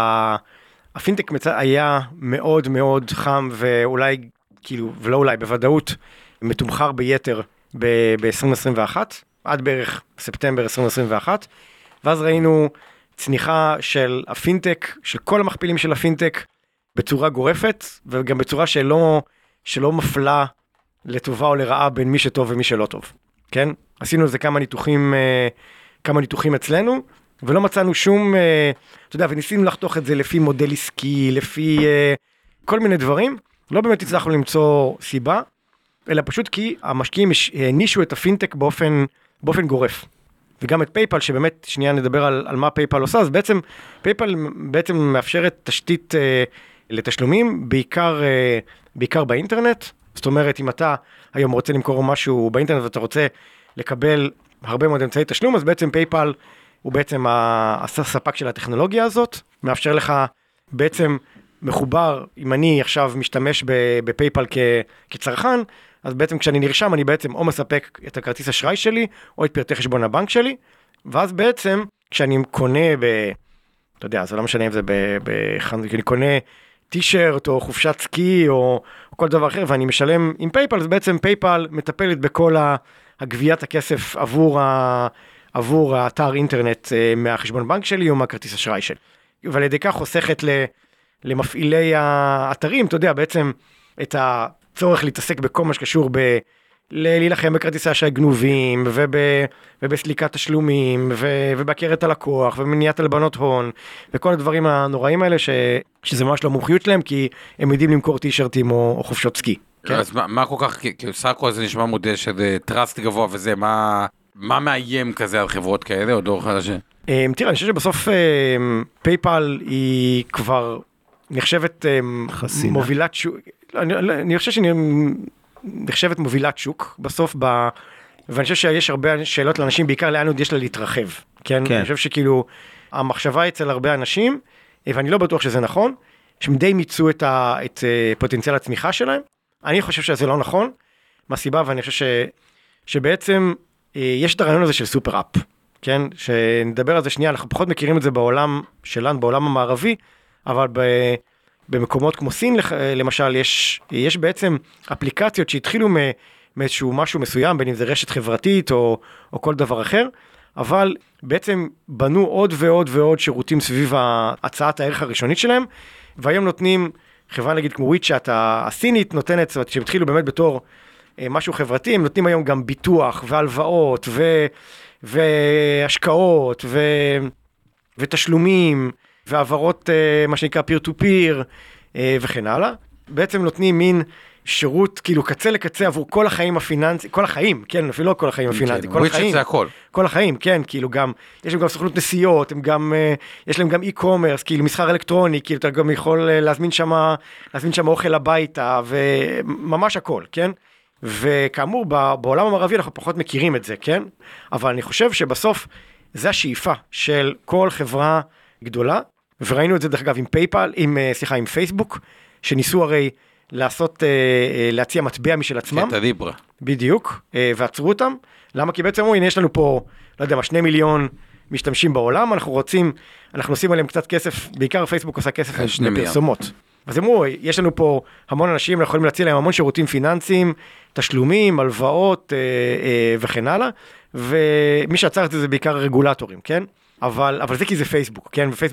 הפינטק היה מאוד מאוד חם, ואולי, כאילו, ולא אולי, בוודאות, מתומחר ביתר ב-עשרים עשרים ואחת, עד בערך ספטמבר עשרים עשרים ואחת, ואז ראינו צניחה של הפינטק, של כל המכפילים של הפינטק, בצורה גורפת, וגם בצורה שלא, שלא מפלה לטובה או לרעה בין מי שטוב ומי שלא טוב. כן? עשינו איזה כמה ניתוחים, כמה ניתוחים אצלנו, ולא מצאנו שום, אתה יודע, וניסינו לחתוך את זה לפי מודל עסקי, לפי כל מיני דברים, לא באמת הצלחנו למצוא סיבה, אלא פשוט כי המשקיעים הענישו את הפינטק באופן, באופן גורף. וגם את פייפל, שבאמת, שנייה נדבר על, על מה פייפל עושה, אז בעצם, פייפל בעצם מאפשרת תשתית אה, לתשלומים, בעיקר, אה, בעיקר באינטרנט. זאת אומרת, אם אתה היום רוצה למכור משהו באינטרנט, ואתה רוצה לקבל הרבה מאוד אמצעי תשלום, אז בעצם פייפל הוא בעצם הספק של הטכנולוגיה הזאת, מאפשר לך בעצם מחובר, אם אני עכשיו משתמש בפייפל כ, כצרכן, אז בעצם כשאני נרשם, אני בעצם או מספק את הכרטיס אשראי שלי, או את פרטי חשבון הבנק שלי, ואז בעצם, כשאני קונה ב... אתה יודע, זה לא משנה אם זה ב... ב... אני קונה טישרט, או חופשת סקי, או, או כל דבר אחר, ואני משלם עם פייפל, אז בעצם פייפל מטפלת בכל הגביית הכסף עבור, ה... עבור האתר אינטרנט מהחשבון בנק שלי, או מהכרטיס אשראי שלי. ועל ידי כך חוסכת ל... למפעילי האתרים, אתה יודע, בעצם את ה... צורך להתעסק בכל מה שקשור ב... להילחם בכרטיסי אשראי גנובים, וב... ובסליקת תשלומים, ו... ובקרת הלקוח, ומניעת הלבנות הון, וכל הדברים הנוראים האלה, ש... שזה ממש לא מומחיות שלהם, כי הם יודעים למכור טישרטים או, או חופשות סקי. כן? אז מה, מה כל כך, כאילו סאקו הזה נשמע מודל של טראסט גבוה וזה, מה, מה מאיים כזה על חברות כאלה, או דור חדשה? תראה, אני חושב שבסוף פייפל היא כבר נחשבת מובילת שוק, אני, אני חושב שאני נחשבת מובילת שוק בסוף, ב, ואני חושב שיש הרבה שאלות לאנשים, בעיקר לאן עוד יש לה להתרחב, כן? כן. אני חושב שכאילו, המחשבה אצל הרבה אנשים, ואני לא בטוח שזה נכון, שהם די מיצו את, ה, את פוטנציאל הצמיחה שלהם, אני חושב שזה לא נכון, מהסיבה, ואני חושב ש, שבעצם יש את הרעיון הזה של סופר אפ, כן? שנדבר על זה שנייה, אנחנו פחות מכירים את זה בעולם שלנו, בעולם המערבי, אבל ב... במקומות כמו סין, למשל, יש, יש בעצם אפליקציות שהתחילו מאיזשהו משהו מסוים, בין אם זה רשת חברתית או, או כל דבר אחר, אבל בעצם בנו עוד ועוד ועוד שירותים סביב הצעת הערך הראשונית שלהם, והיום נותנים, חברה נגיד כמו וויצ'אט, הסינית נותנת, זאת אומרת, שהם התחילו באמת בתור משהו חברתי, הם נותנים היום גם ביטוח והלוואות ו, והשקעות ו, ותשלומים, ועברות, מה שנקרא, פיר טו פיר, וכן הלאה. בעצם נותנים מין שירות, כאילו, קצה לקצה עבור כל החיים הפיננסיים, כל החיים, כן, אפילו לא כל החיים הפיננסיים, כל החיים. זה הכל. כל החיים, כן, כאילו גם, יש להם גם סוכנות נסיעות, הם גם, יש להם גם אי-קומרס, כאילו, מסחר אלקטרוני, כאילו, אתה גם יכול להזמין שם, להזמין שם אוכל הביתה, וממש הכל, כן? וכאמור, בעולם המערבי אנחנו פחות מכירים את זה, כן? אבל אני חושב שבסוף, זה השאיפה של כל חברה גדולה, וראינו את זה דרך אגב עם פייפל, עם, סליחה, עם פייסבוק, שניסו הרי לעשות, להציע מטבע משל עצמם. את הליברה. בדיוק, ועצרו אותם. למה? כי בעצם אומרים, הנה יש לנו פה, לא יודע מה, שני מיליון משתמשים בעולם, אנחנו רוצים, אנחנו עושים עליהם קצת כסף, בעיקר פייסבוק עושה כסף בפרסומות. אז אמרו, יש לנו פה המון אנשים, אנחנו יכולים להציע להם המון שירותים פיננסיים, תשלומים, הלוואות וכן הלאה, ומי שעצר את זה זה בעיקר רגולטורים, כן? אבל, אבל זה כי זה פייסבוק, כן? ופייסבוק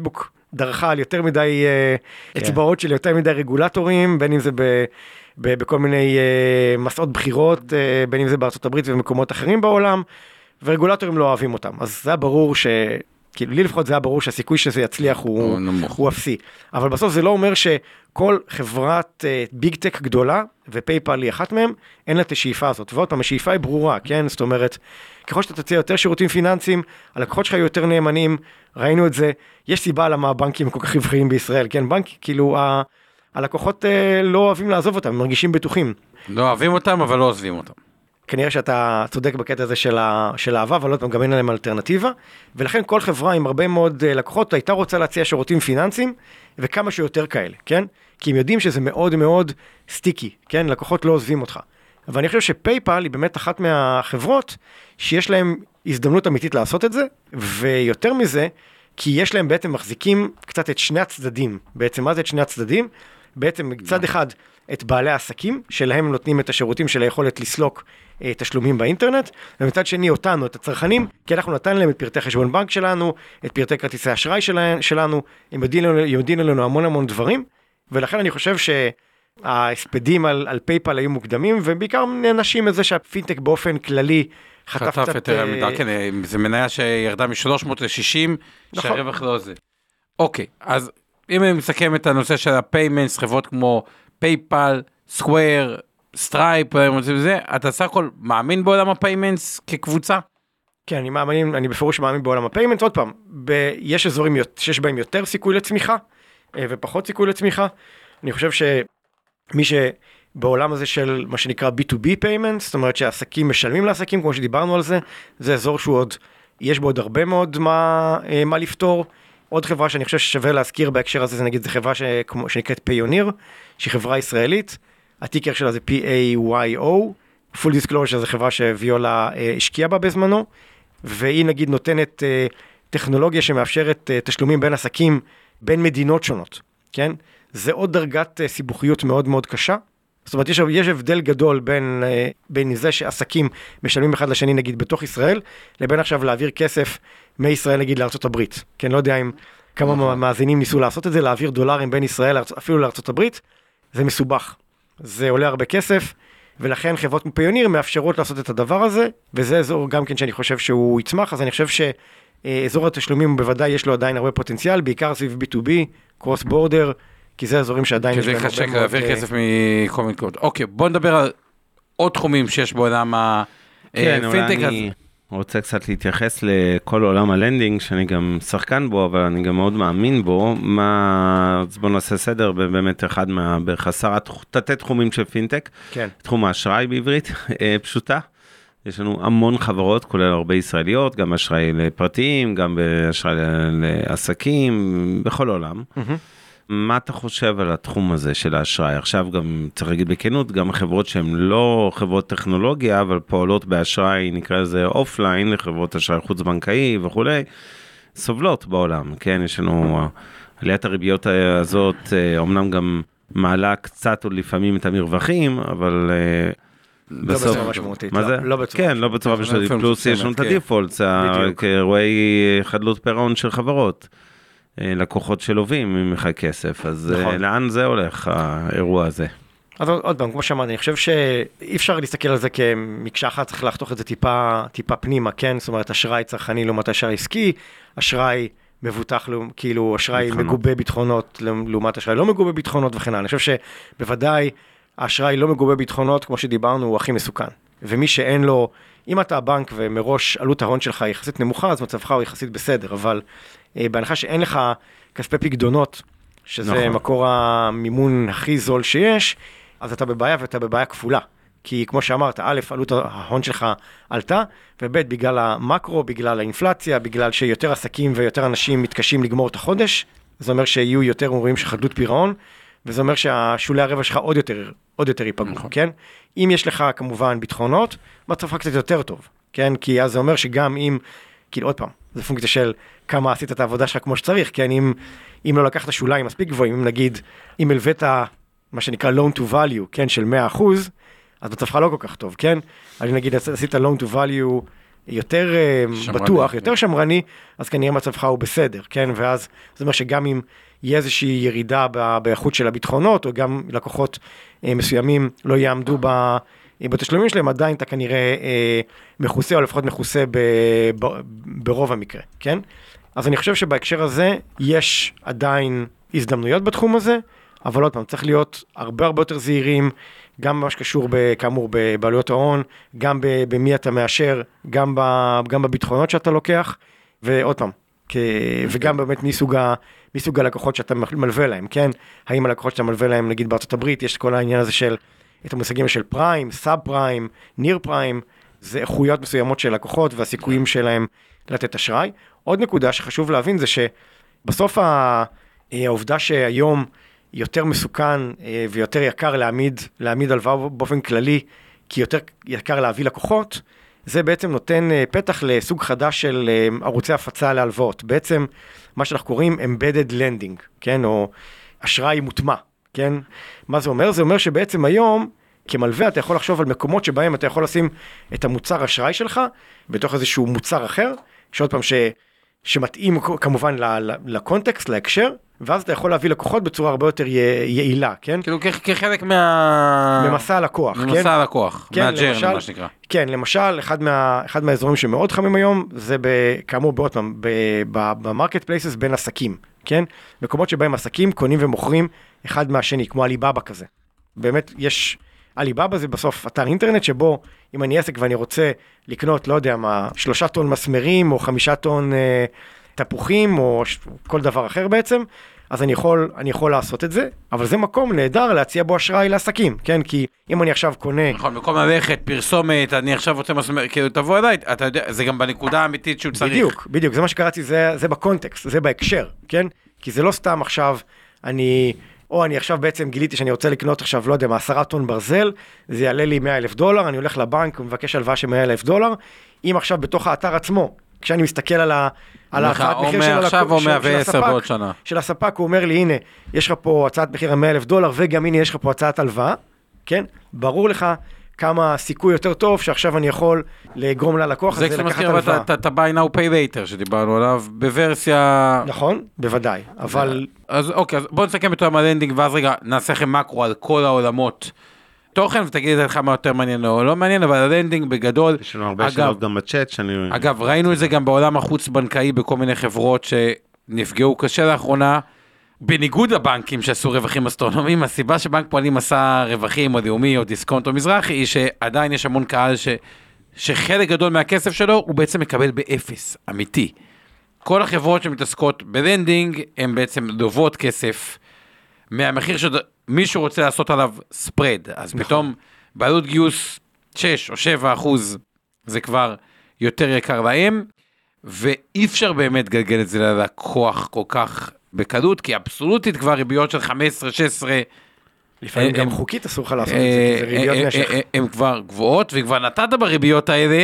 דרכה על יותר מדי אצבעות של יותר מדי רגולטורים, בין אם זה ב... בכל מיני מסעות בחירות, בין אם זה בארצות הברית ובמקומות אחרים בעולם, ורגולטורים לא אוהבים אותם. אז זה היה ברור ש... כאילו, לי לפחות זה היה ברור שהסיכוי שזה יצליח הוא, הוא אפסי. אבל בסוף זה לא אומר שכל חברת ביג טק גדולה, ופייפל היא אחת מהם, אין לה את השאיפה הזאת. ועוד פעם, השאיפה היא ברורה, כן? זאת אומרת, ככל שאתה תציע יותר שירותים פיננסיים, הלקוחות שלך יהיו יותר נאמנים, ראינו את זה, יש סיבה למה הבנקים כל כך רווחיים בישראל, כן? בנק, כאילו, ה... הלקוחות לא אוהבים לעזוב אותם, הם מרגישים בטוחים. לא אוהבים אותם, אבל לא עוזבים אותם. כנראה שאתה צודק בקטע הזה של, ה, של האהבה, אבל לא גם אין להם אלטרנטיבה, ולכן כל חברה עם הרבה מאוד לקוחות הייתה רוצה להציע שירותים פיננסיים, וכמה שיותר כאלה, כן? כי הם יודעים שזה מאוד מאוד סטיקי, כן? לקוחות לא עוזבים אותך. אבל אני חושב שפייפל היא באמת אחת מהחברות שיש להם הזדמנות אמיתית לעשות את זה, ויותר מזה, כי יש להם בעצם מחזיקים קצת את שני הצדדים. בעצם מה זה את שני הצדדים? בעצם צד אחד את בעלי העסקים, שלהם הם נותנים את השירותים של היכולת לסלוק אה, תשלומים באינטרנט, ומצד שני אותנו, את הצרכנים, כי אנחנו נתן להם את פרטי חשבון בנק שלנו, את פרטי כרטיסי אשראי שלנו, הם יודעים לנו, יודעים לנו המון המון דברים, ולכן אני חושב שההספדים על, על פייפל היו מוקדמים, ובעיקר נענשים את זה שהפינטק באופן כללי חטף חטף קצת... יותר מידה, כן, זה מניה שירדה מ-שלוש מאות ל-שישים, שהרווח לא זה. אוקיי, אז אם אני מסכם את הנושא של הפיימנטס, חברות כמו פייפל, סקוויר, סטרייפ, אתה סך הכל מאמין בעולם הפיימנטס כקבוצה? כן, אני מאמין, אני בפירוש מאמין בעולם הפיימנטס. עוד פעם, ב- יש אזורים שיש בהם יותר סיכוי לצמיחה, ופחות סיכוי לצמיחה. אני חושב שמי שבעולם הזה של מה שנקרא בי טו בי payments, זאת אומרת שהעסקים משלמים לעסקים, כמו שדיברנו על זה, זה אזור שהוא עוד, יש בו עוד הרבה מאוד מה, מה לפתור. עוד חברה שאני חושב ששווה להזכיר בהקשר הזה, זה נגיד, זה חברה ש... שנקראת פיוניר, שהיא חברה ישראלית, הטיקר שלה זה פי איי וואי או, Full Disclosure, זה חברה שוויולה אה, השקיעה בה בזמנו, והיא נגיד נותנת אה, טכנולוגיה שמאפשרת אה, תשלומים בין עסקים, בין מדינות שונות, כן? זה עוד דרגת אה, סיבוכיות מאוד מאוד קשה, זאת אומרת, יש, יש הבדל גדול בין, אה, בין זה שעסקים משלמים אחד לשני, נגיד, בתוך ישראל, לבין עכשיו להעביר כסף מישראל, נגיד, לארצות הברית. כן, לא יודע אם כמה מאזינים ניסו לעשות את זה, להעביר דולרים בין ישראל, אפילו לארצות הברית, זה מסובך. זה עולה הרבה כסף, ולכן חברות פיוניר מאפשרות לעשות את הדבר הזה, וזה אזור גם כן שאני חושב שהוא יצמח, אז אני חושב שאזור התשלומים בוודאי יש לו עדיין הרבה פוטנציאל, בעיקר סביב בי טו בי, קרוס בורדר, כי זה אזורים שעדיין יש בהם הרבה מאוד... כי זה חשק להעביר כסף מכל מיני קולות. אוקיי, בוא נדבר על עוד תחומים שיש בעולם הפינטק. כן, אני רוצה קצת להתייחס לכל עולם הלנדינג, שאני גם שחקן בו, אבל אני גם מאוד מאמין בו. מה... אז בוא נעשה סדר, באמת אחד בחסר תתי תחומים של פינטק. כן. תחום האשראי בעברית, פשוטה. יש לנו המון חברות, כולל הרבה ישראליות, גם אשראי לפרטיים, גם אשראי לעסקים, בכל עולם. מה אתה חושב על התחום הזה של האשראי? עכשיו גם צריך להגיד בכנות, גם חברות שהן לא חברות טכנולוגיה, אבל פועלות באשראי, נקרא לזה אופליין, לחברות אשראי חוץ-בנקאי וכו', סובלות בעולם. כן, יש לנו, עליית הריביות הזאת, אומנם גם מעלה קצת או לפעמים את המרווחים, אבל... לא בצורה משמעותית. מה זה? כן, לא בצורה משמעותית. פלוס יש לנו את הדיפולט, כאירועי חדלות פירעון של חברות. לקוחות שלובים ממך כסף, אז לאן זה הולך, האירוע הזה? אז עוד פעם, כמו שאמרתי, אני חושב שאי אפשר להסתכל על זה כמקשה אחת, צריך לחתוך את זה טיפה, טיפה פנימה, כן? זאת אומרת, אשראי צרכני לעומת אשראי עסקי, אשראי מבוטח, כאילו, אשראי מגובה ביטחונות, לעומת אשראי לא מגובה ביטחונות וכן הלאה. אני חושב שבוודאי, האשראי לא מגובה ביטחונות, כמו שדיברנו, הוא הכי מסוכן. ומי שאין לו, אם אתה הבנק ומראש עלות ההון שלך יחסית נמוכה, אז מצבך הוא יחסית בסדר, אבל בהנחה שאין לך כספי פקדונות, שזה נכון. מקור המימון הכי זול שיש, אז אתה בבעיה ואתה בבעיה כפולה. כי כמו שאמרת, א', עלות ההון שלך עלתה, וב', בגלל המקרו, בגלל האינפלציה, בגלל שיותר עסקים ויותר אנשים מתקשים לגמור את החודש, זה אומר שיהיו יותר אומרים שחדלות פירעון, וזה אומר שהשולי הרבע שלך עוד יותר, עוד יותר ייפגעו, נכון. כן? אם יש לך כמובן ביטחונות, מצבך קצת יותר טוב, כן? כי אז זה אומר שגם אם, כאילו עוד פעם, זה פונקציה של כמה עשית את העבודה שלך כמו שצריך, כן? אם, אם לא לקחת שוליים מספיק גבוהים, אם נגיד, אם הלווית מה שנקרא loan to value, כן? של מאה אחוז, אז מצבך לא כל כך טוב, כן? אז נגיד, עשית loan to value יותר בטוח, יותר שמרני, אז כנראה מצבך הוא בסדר, כן? ואז זאת אומרת שגם אם יהיה איזושהי ירידה באיכות של הביטחונות, או גם לקוחות מסוימים לא יעמדו בתשלומים שלהם, עדיין אתה כנראה מכוסה, או לפחות מכוסה ברוב המקרה, כן? אז אני חושב שבהקשר הזה יש עדיין הזדמנויות בתחום הזה, אבל עוד פעם, צריך להיות הרבה הרבה יותר זהירים, גם במה שקשור כאמור בבעלויות ההון, גם במי אתה מאשר, גם, גם בביטחונות שאתה לוקח, ועוד פעם, וגם באמת מסוג, מסוג הלקוחות שאתה מלווה להם, כן? האם הלקוחות שאתה מלווה להם, נגיד בארצות הברית, יש כל העניין הזה של, את המושגים של פריים, סאב פריים, ניר פריים, זה איכויות מסוימות של לקוחות, והסיכויים שלהם לתת אשראי. עוד נקודה שחשוב להבין זה שבסוף העובדה שהיום יותר מסוכן ויותר יקר להעמיד, להעמיד הלוואה באופן כללי, כי יותר יקר להביא לקוחות, זה בעצם נותן פתח לסוג חדש של ערוצי הפצה להלוואות. בעצם מה שאנחנו קוראים embedded lending, כן? או אשראי מוטמע, כן? מה זה אומר? זה אומר שבעצם היום, כמלווה, אתה יכול לחשוב על מקומות שבהם אתה יכול לשים את המוצר אשראי שלך, בתוך איזשהו מוצר אחר, שעוד פעם ש... שמתאים כמובן לקונטקסט, להקשר, ואז אתה יכול להביא לקוחות בצורה הרבה יותר יעילה, כן? כאילו כחלק מה... ממסע הלקוח, כן? ממסע הלקוח, מהג'רני, מה שנקרא. כן, למשל, אחד מה, אחד מהאזורים שמאוד חמים היום, זה כאמור בעוד פעם, במרקט פלייסס בין עסקים, כן? מקומות שבהם עסקים קונים ומוכרים אחד מהשני, כמו אליבאבא כזה. באמת, יש... אליבאבא זה בסוף אתר אינטרנט שבו, אם אני עסק ואני רוצה לקנות, לא יודע מה, שלושה טון מסמרים, או חמישה טון אה, תפוחים, או ש... כל דבר אחר בעצם, אז אני יכול, אני יכול לעשות את זה, אבל זה מקום נהדר להציע בו אשראי לעסקים, כן? כי אם אני עכשיו קונה... נכון, במקום ללכת, פרסומת, אני עכשיו רוצה מסמר, כאילו תבוא אליי, אתה יודע, זה גם בנקודה האמיתית שהוא צריך. בדיוק, בדיוק, זה מה שקראתי, זה, זה בקונטקסט, זה בהקשר, כן? כי זה לא סתם עכשיו, אני... או אני עכשיו בעצם גיליתי שאני רוצה לקנות עכשיו, לא יודע, מעשרה טון ברזל, זה יעלה לי מאה אלף דולר, אני הולך לבנק ומבקש הלוואה של מאה אלף דולר, אם עכשיו בתוך האתר עצמו, כשאני מסתכל על ה... על ההצעת מחיר של הלקוח, של הספק, הוא אומר לי, הנה, יש לך פה הצעת מחיר מאה אלף דולר, וגם הנה יש לך פה הצעת הלוואה, כן? ברור לך כמה סיכוי יותר טוב, שעכשיו אני יכול לגרום ללקוח הזה לקחת הלוואה. זה כשמזכיר את ה-buy now pay later שדיברנו עליו, בוורסיה... נכון, בוודאי, אבל... אז אוקיי, אז בואו נסכם יותר מהלנדינג, ואז רגע נעשה לכם מקרו על כל העולמות תוכן, ותגיד לך מה יותר מעניין או לא מעניין, אבל הלנדינג בגדול... יש לנו הרבה שאלות גם בצ'אט שאני... אגב, ראינו את זה גם בעולם החוץ-בנקאי, בכל מיני חברות שנפגעו קשה לאחרונה, בניגוד לבנקים שעשו רווחים אסטרונומיים, הסיבה שבנק פועלים עשה רווחים או לאומי או דיסקונט או מזרחי, היא שעדיין יש המון קהל ש... שחלק גדול מהכסף שלו הוא בעצם מקבל באפס, אמיתי. כל החברות שמתעסקות בלנדינג, הן בעצם דובות כסף מהמחיר שמישהו רוצה לעשות עליו ספרד, אז נכון. פתאום בעלות גיוס שש או שבע אחוז, זה כבר יותר יקר להם, ואי אפשר באמת גלגל את זה ללקוח כל כך בקלות, כי אבסולוטית כבר ריביות של חמש עשרה שש עשרה, לפעמים גם חוקית אסור לך לעשות את זה, כי זה ריביות נשך. הן כבר גבוהות, וכבר נתת בריביות האלה,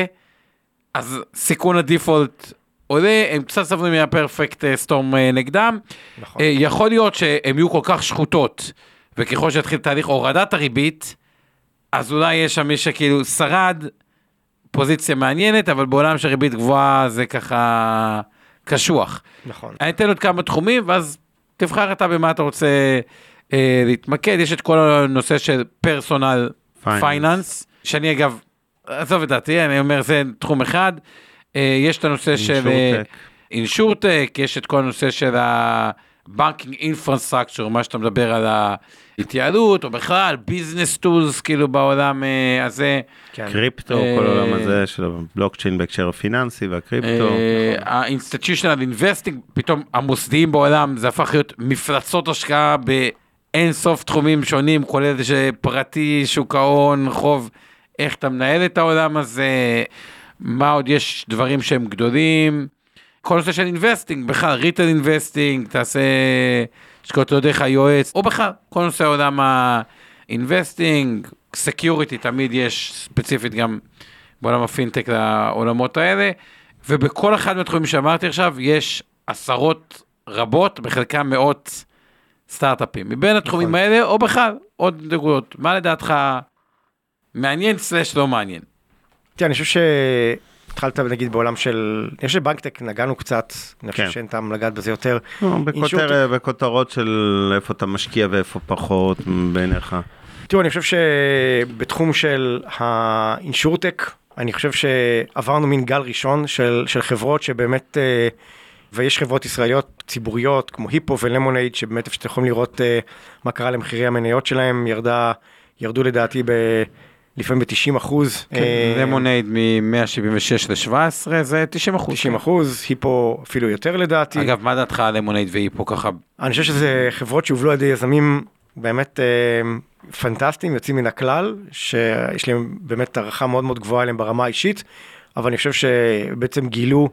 אז סיכון הדיפולט עולה, הם קצת סבנו מהפרפקט סטורם נגדם, יכול להיות שהן יהיו כל כך שחוטות, וככל שיתחיל תהליך הורדת הריבית, אז אולי יש שם מי שכאילו שרד, פוזיציה מעניינת, אבל בעולם של ריבית גבוהה זה ככה קשוח. נכון. אני אתן עוד כמה תחומים, ואז תבחר אתה במה אתה רוצה אה, להתמקד. יש את כל הנושא של פרסונל פייננס, שאני אגב, עזוב את דעתי, אני אומר, זה תחום אחד. אה, יש את הנושא של אינשורטק, יש את כל הנושא של הבנקינג אינפרסטרקצ'ר, מה שאתה מדבר על ההתייעלות, או בכלל, ביזנס טולס, כאילו בעולם הזה. קריפטו, כל העולם הזה של הבלוקצ'יין בהקשר הפיננסי והקריפטו. ה-institutional investing, פתאום המוסדיים בעולם, זה הפך להיות מפלצות השקעה באין סוף תחומים שונים, כולל שפרטי, שוק ההון, חוב, איך אתה מנהל את העולם הזה, מה עוד יש דברים שהם גדולים, כל נושא של אינבסטינג, בכלל, ריטל אינבסטינג, תעשה השקעות לא דרך היועץ, או בכלל, כל נושא העולם האינבסטינג, סקיוריטי, תמיד יש ספציפית גם בעולם הפינטק לעולמות האלה, ובכל אחד מהתחומים שאמרתי עכשיו, יש עשרות רבות, בחלקם מאות סטארט-אפים. מבין התחומים נכון. האלה, או בכלל, עוד דגויות. מה לדעתך מעניין סלש לא מעניין? תראה, אני חושב התחלת נגיד בעולם של, יש לבנקטק נגענו קצת, אני חושב שאין טעם לגעת בזה יותר. בכותרות של איפה אתה משקיע ואיפה פחות בעיניך. תראו, אני חושב שבתחום של האינשורטק, אני חושב שעברנו מין גל ראשון של, של חברות שבאמת, ויש חברות ישראליות ציבוריות כמו היפו ולמונייד, שבאמת שאתם יכולים לראות מה קרה למחירי המניות שלהם, ירדה, ירדו לדעתי ב... לפעמים ב-תשעים אחוז. למונייד מ-מאה שבעים ושש ל-שבע עשרה, זה תשעים אחוז. תשעים אחוז, היפו אפילו יותר לדעתי. אגב, מה דעתך על למונייד והיפו ככה? אני חושב שזה חברות שהובלו על ידי יזמים באמת פנטסטיים, יוצאים מן הכלל, שיש להם באמת הערכה מאוד מאוד גבוהה עליהם ברמה האישית, אבל אני חושב שבעצם גילו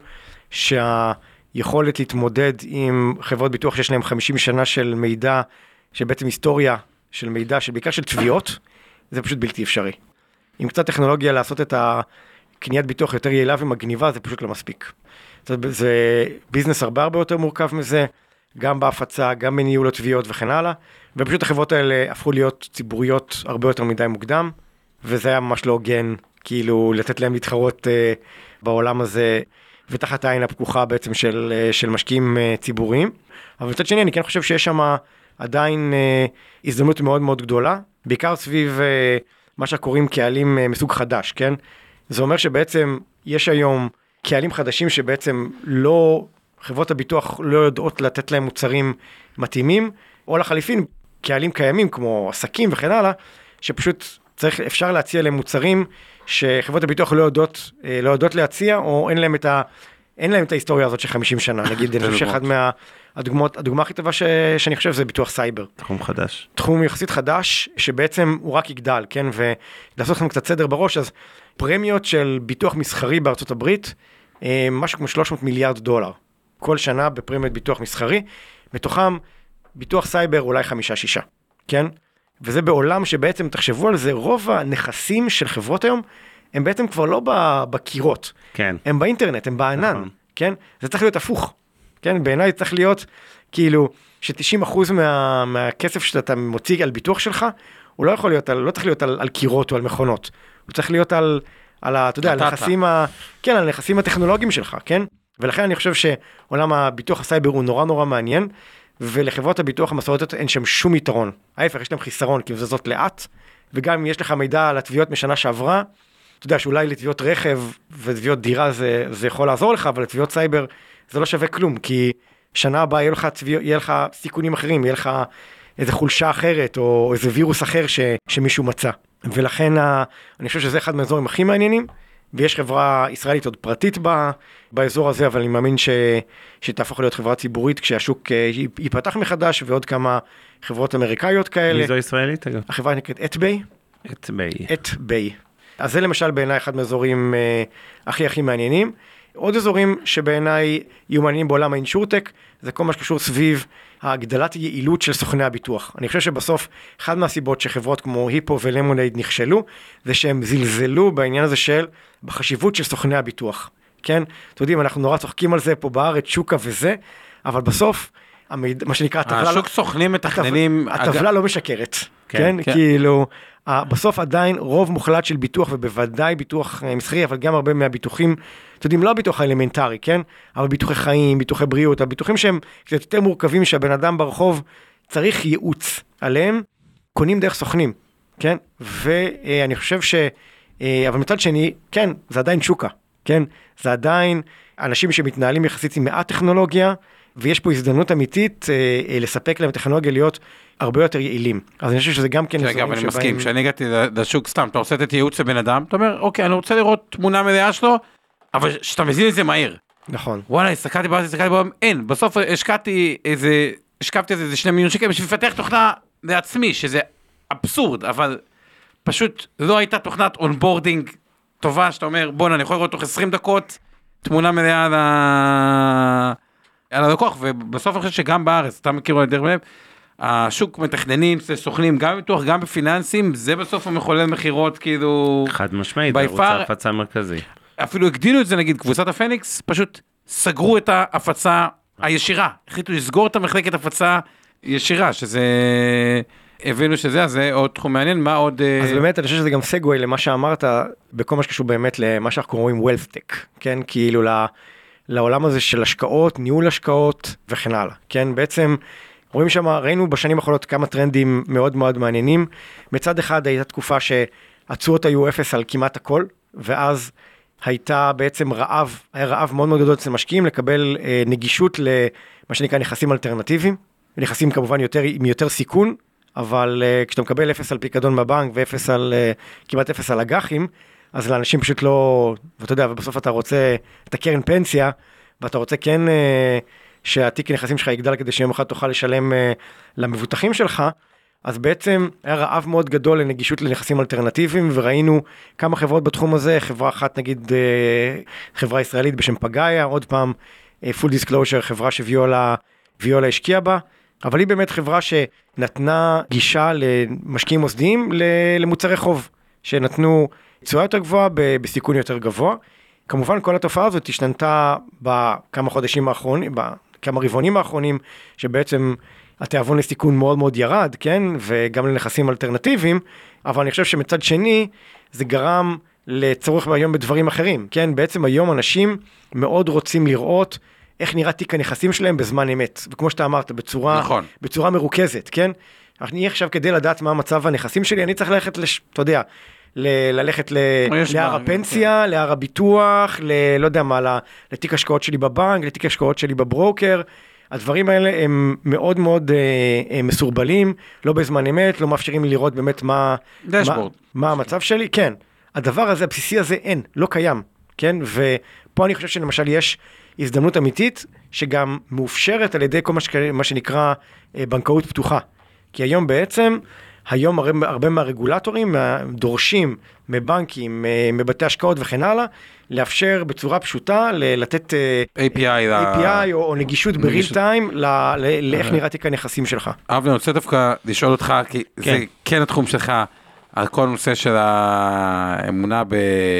שהיכולת להתמודד עם חברות ביטוח שיש להם חמישים שנה של מידע, שבעצם היסטוריה של מידע, שבעיקר של תביעות, זה פשוט בלתי אפשרי. עם קצת טכנולוגיה לעשות את הקניית ביטוח יותר יעילה ומגניבה, זה פשוט לא מספיק. זה, זה ביזנס הרבה הרבה יותר מורכב מזה, גם בהפצה, גם בניהול התביעות וכן הלאה, ופשוט החברות האלה הפכו להיות ציבוריות הרבה יותר מדי מוקדם, וזה היה ממש לא הוגן, כאילו לתת להם להתחרות אה, בעולם הזה, ותחת העין הפקוחה בעצם של, אה, של משקיעים אה, ציבוריים. אבל מצד שני, אני כן חושב שיש שם עדיין אה, הזדמנות מאוד מאוד גדולה, בעיקר סביב אה, מה שקוראים קהלים אה, מסוג חדש, כן? זה אומר שבעצם יש היום קהלים חדשים שבעצם לא, חברות הביטוח לא יודעות לתת להם מוצרים מתאימים, או לחליפין, קהלים קיימים כמו עסקים וכן הלאה, שפשוט צריך, אפשר להציע להם מוצרים שחברות הביטוח לא יודעות, אה, לא יודעות להציע, או אין להם את ה... אין להם את ההיסטוריה הזאת של חמישים שנה, נגיד, אני חושב שאחד מהדוגמאות, הדוגמה הכי טובה ש... שאני חושב זה ביטוח סייבר. תחום חדש. תחום יחסית חדש, שבעצם הוא רק יגדל, כן? ולעשות לכם קצת סדר בראש, אז פרמיות של ביטוח מסחרי בארצות הברית, משהו כמו שלוש מאות מיליארד דולר. כל שנה בפרמיות ביטוח מסחרי, מתוכם ביטוח סייבר אולי חמישה, שישה, כן? וזה בעולם שבעצם, תחשבו על זה, רוב הנכסים של חברות היום, הם בעצם כבר לא בקירות, כן. הם באינטרנט, הם בענן, נכון. כן? זה צריך להיות הפוך, כן? בעיניי צריך להיות, כאילו, ש-תשעים אחוז מה, מהכסף שאתה מוציא על ביטוח שלך, הוא לא יכול להיות, על, לא צריך להיות על, על קירות או על מכונות, הוא צריך להיות על, על, אתה יודע, על נכסים, ה, כן, על נכסים הטכנולוגיים שלך, כן? ולכן אני חושב שעולם הביטוח הסייבר הוא נורא נורא מעניין, ולחברות הביטוח המסורתיות אין שם שום יתרון. ההפך, יש להם חיסרון, כי זה זאת לאט, וגם אם יש לך מידע על התביעות משנה שעברה, אתה יודע שאולי לתביעות רכב ותביעות דירה זה, זה יכול לעזור לך, אבל לתביעות סייבר זה לא שווה כלום, כי שנה הבאה יהיה לך, תביע, יהיה לך סיכונים אחרים, יהיה לך איזו חולשה אחרת, או איזה וירוס אחר ש, שמישהו מצא. ולכן אני חושב שזה אחד מהאזורים הכי מעניינים, ויש חברה ישראלית עוד פרטית ב, באזור הזה, אבל אני מאמין ש, שתהפוך להיות חברה ציבורית, כשהשוק ייפתח מחדש, ועוד כמה חברות אמריקאיות כאלה. מי זו ישראלית אגב? החברה נקראת אתביי. אתביי. אתביי. אז זה למשל בעיניי אחד מהאזורים אה, הכי הכי מעניינים. עוד אזורים שבעיניי יהיו מעניינים בעולם האינשורטק, זה כל מה שקשור סביב הגדלת היעילות של סוכני הביטוח. אני חושב שבסוף, אחד מהסיבות שחברות כמו היפו ולמונייד נכשלו, זה שהם זלזלו בעניין הזה של, בחשיבות של סוכני הביטוח. כן? אתם יודעים, אנחנו נורא צוחקים על זה פה בארץ, שוקה וזה, אבל בסוף, המיד, מה שנקרא, הטבלה... השוק סוכנים מתכננים... הטבלה לא משקרת. כן? כאילו... בסוף עדיין רוב מוחלט של ביטוח, ובוודאי ביטוח מסחרי, אבל גם הרבה מהביטוחים, אתם יודעים, לא הביטוח האלמנטרי, כן? אבל ביטוחי חיים, ביטוחי בריאות, הביטוחים שהם קצת יותר מורכבים, שהבן אדם ברחוב צריך ייעוץ עליהם, קונים דרך סוכנים, כן? ואני חושב ש... אבל מצד שני, כן, זה עדיין שוקה, כן? זה עדיין אנשים שמתנהלים יחסית עם מעט טכנולוגיה, ויש פה הזדמנות אמיתית אה, לספק להם טכנולוגיה להיות הרבה יותר יעילים. אז אני חושב שזה גם כן... אגב, אני מסכים, כשאני הגעתי לשוק סתם, אתה רוצה לתת ייעוץ לבן אדם, אתה אומר, אוקיי, אני רוצה לראות תמונה מלאה שלו, אבל שאתה מזין את זה מהיר. נכון. וואלה, הסתכלתי בעצם, הסתכלתי בעצם, אין, בסוף השקעתי איזה, השקעתי איזה שני מיליון שקל, בשביל לפתח תוכנה לעצמי, שזה אבסורד, אבל פשוט לא הייתה תוכנת אונבורדינג טובה, שאתה אומר, בוא, אני יכול לראות תוך עשרים דקות, תמונה מלאה על ה... על הלקוח, ובסוף אני חושב שגם בארץ, אתה מכירו את דרך מלב, השוק מתכננים, סוכנים, גם בביטוח, גם בפיננסים, זה בסוף המחולל מחירות, כאילו... חד משמעית, ערוץ ההפצה המרכזי. אפילו הגדילו את זה, נגיד, קבוצת הפניקס, פשוט סגרו את ההפצה הישירה, החליטו לסגור את המחלקת הפצה ישירה, שזה הבינו שזה, אז זה עוד תחום מעניין, מה עוד... אז באמת, אני חושב שזה גם סגווי למה שאמרת, בכל מה שקשור באמת למה שאנחנו קוראים wealth tech, כן? כאילו לעולם הזה של השקעות, ניהול השקעות וכן הלאה, כן? בעצם רואים שם, ראינו בשנים האחרונות כמה טרנדים מאוד מאוד מעניינים. מצד אחד הייתה תקופה שהתשואות היו אפס על כמעט הכל, ואז הייתה בעצם רעב, היה רעב מאוד מאוד גדול אצל משקיעים לקבל אה, נגישות למה שנקרא נכסים אלטרנטיביים, נכסים כמובן יותר, עם יותר סיכון, אבל uh, כשאתה מקבל אפס על פיקדון בבנק ואפס על, uh, כמעט אפס על אג"חים, אז לאנשים פשוט לא, ואתה יודע, ובסוף אתה רוצה את הקרן פנסיה, ואתה רוצה כן uh, שהתיק נכסים שלך יגדל כדי שיום אחד תוכל לשלם uh, למבוטחים שלך, אז בעצם היה רעב מאוד גדול לנגישות לנכסים אלטרנטיביים, וראינו כמה חברות בתחום הזה, חברה אחת נגיד, uh, חברה ישראלית בשם פגאיה, עוד פעם, uh, full disclosure, חברה שוויולה, ויולה השקיעה בה, אבל היא באמת חברה שנתנה גישה למשקיעים מוסדיים למוצרי חוב, שנתנו תשואה יותר גבוהה בסיכון יותר גבוה. כמובן כל התופעה הזאת השתנתה בכמה חודשים האחרונים, בכמה רבעונים האחרונים, שבעצם התיאבון לסיכון מאוד מאוד ירד, כן? וגם לנכסים אלטרנטיביים, אבל אני חושב שמצד שני זה גרם לצורך היום בדברים אחרים, כן? בעצם היום אנשים מאוד רוצים לראות איך נראה תיק הנכסים שלהם בזמן אמת, וכמו שאתה אמרת, בצורה, נכון. בצורה מרוכזת, כן? אני עכשיו כדי לדעת מה המצב הנכסים שלי, אני צריך ללכת, לש, אתה יודע, ל- ללכת ל- להר הפנסיה, כן. להר הביטוח, ל- לא יודע מה, לתיק השקעות שלי בבנק, לתיק השקעות שלי בברוקר, הדברים האלה הם מאוד מאוד אה, מסורבלים, לא בזמן אמת, לא מאפשרים לי לראות באמת מה, מה, מה המצב שלי, כן. הדבר הזה, הבסיסי הזה, אין, לא קיים, כן? ופה אני חושב שלמשל יש הזדמנות אמיתית, שגם מאופשרת על ידי כל מה, שק... מה שנקרא בנקאות פתוחה. כי היום בעצם, היום הרבה, הרבה מהרגולטורים דורשים מבנקים, מבתי השקעות וכן הלאה, לאפשר בצורה פשוטה לתת איי פי איי, איי פי איי או, או נגישות בריל טיים לאיך נראה תיק הנכסים שלך. אבנר, אני רוצה דווקא לשאול אותך, כי זה כן התחום שלך, על כל נושא של האמונה ב...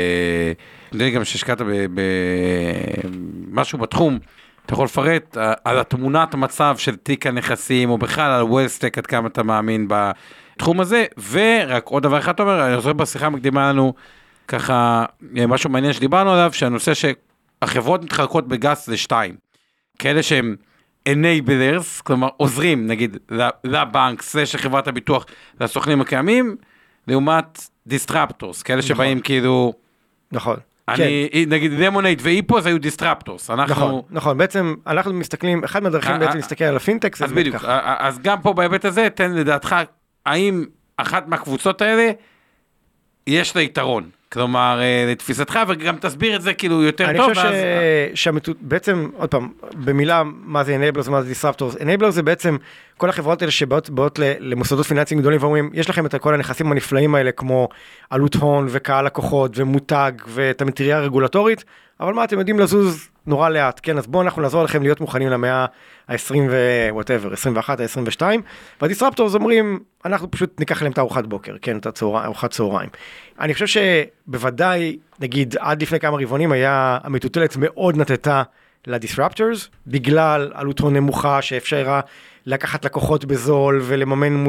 אני גם שהשקעת במשהו בתחום, אתה יכול לפרט על התמונת המצב של תיק הנכסים, או בכלל על ווילסטק, עד כמה אתה מאמין בתחום הזה, ורק עוד דבר אחד, אומר, אני חושב בשיחה מקדימה לנו, ככה, משהו מעניין שדיברנו עליו, שהנושא שהחברות מתחלקות בגס לשתיים, כאלה שהם enablers, כלומר עוזרים, נגיד, לבנק, זה שחברת הביטוח, לסוכנים הקיימים, לעומת disruptors, כאלה שבאים כאילו... נכון. אני, נגיד למונייד ואיפו זה היו דיסטרפטורס, אנחנו... נכון, נכון, בעצם אנחנו מסתכלים, אחד מהדרכים בעצם להסתכל על הפינטק, אז בדיוק, אז גם פה בהיבט הזה, תן לדעתך, האם אחת מהקבוצות האלה, יש לה יתרון, כלומר, לתפיסתך, וגם תסביר את זה כאילו יותר טוב. אני חושב שבעצם, עוד פעם, במילה, מה זה enablers, מה זה disruptors, enablers זה בעצם כל החברות האלה שבאות למוסדות פיננסיים גדולים, ואומרים, יש לכם את כל הנכסים הנפלאים האלה, כמו עלות הון וקהל לקוחות ומותג ואת המטריה הרגולטורית, אבל מה, אתם יודעים לזוז נורא לאט, כן? אז בואו אנחנו נעזור לכם להיות מוכנים למאה ה-עשרים ו-whatever, עשרים ואחת, ה-עשרים ושתיים, והדיסרפטורס אומרים, אנחנו פשוט ניקח להם את הארוחת בוקר, כן? את הארוחת צהריים. אני חושב שבוודאי, נגיד, עד לפני כמה רבעונים היה המטוטלת מאוד נתתה לדיסרפטורס, בגלל עלות הון נמוכה שאפשרה לקחת לקוחות בזול ולממן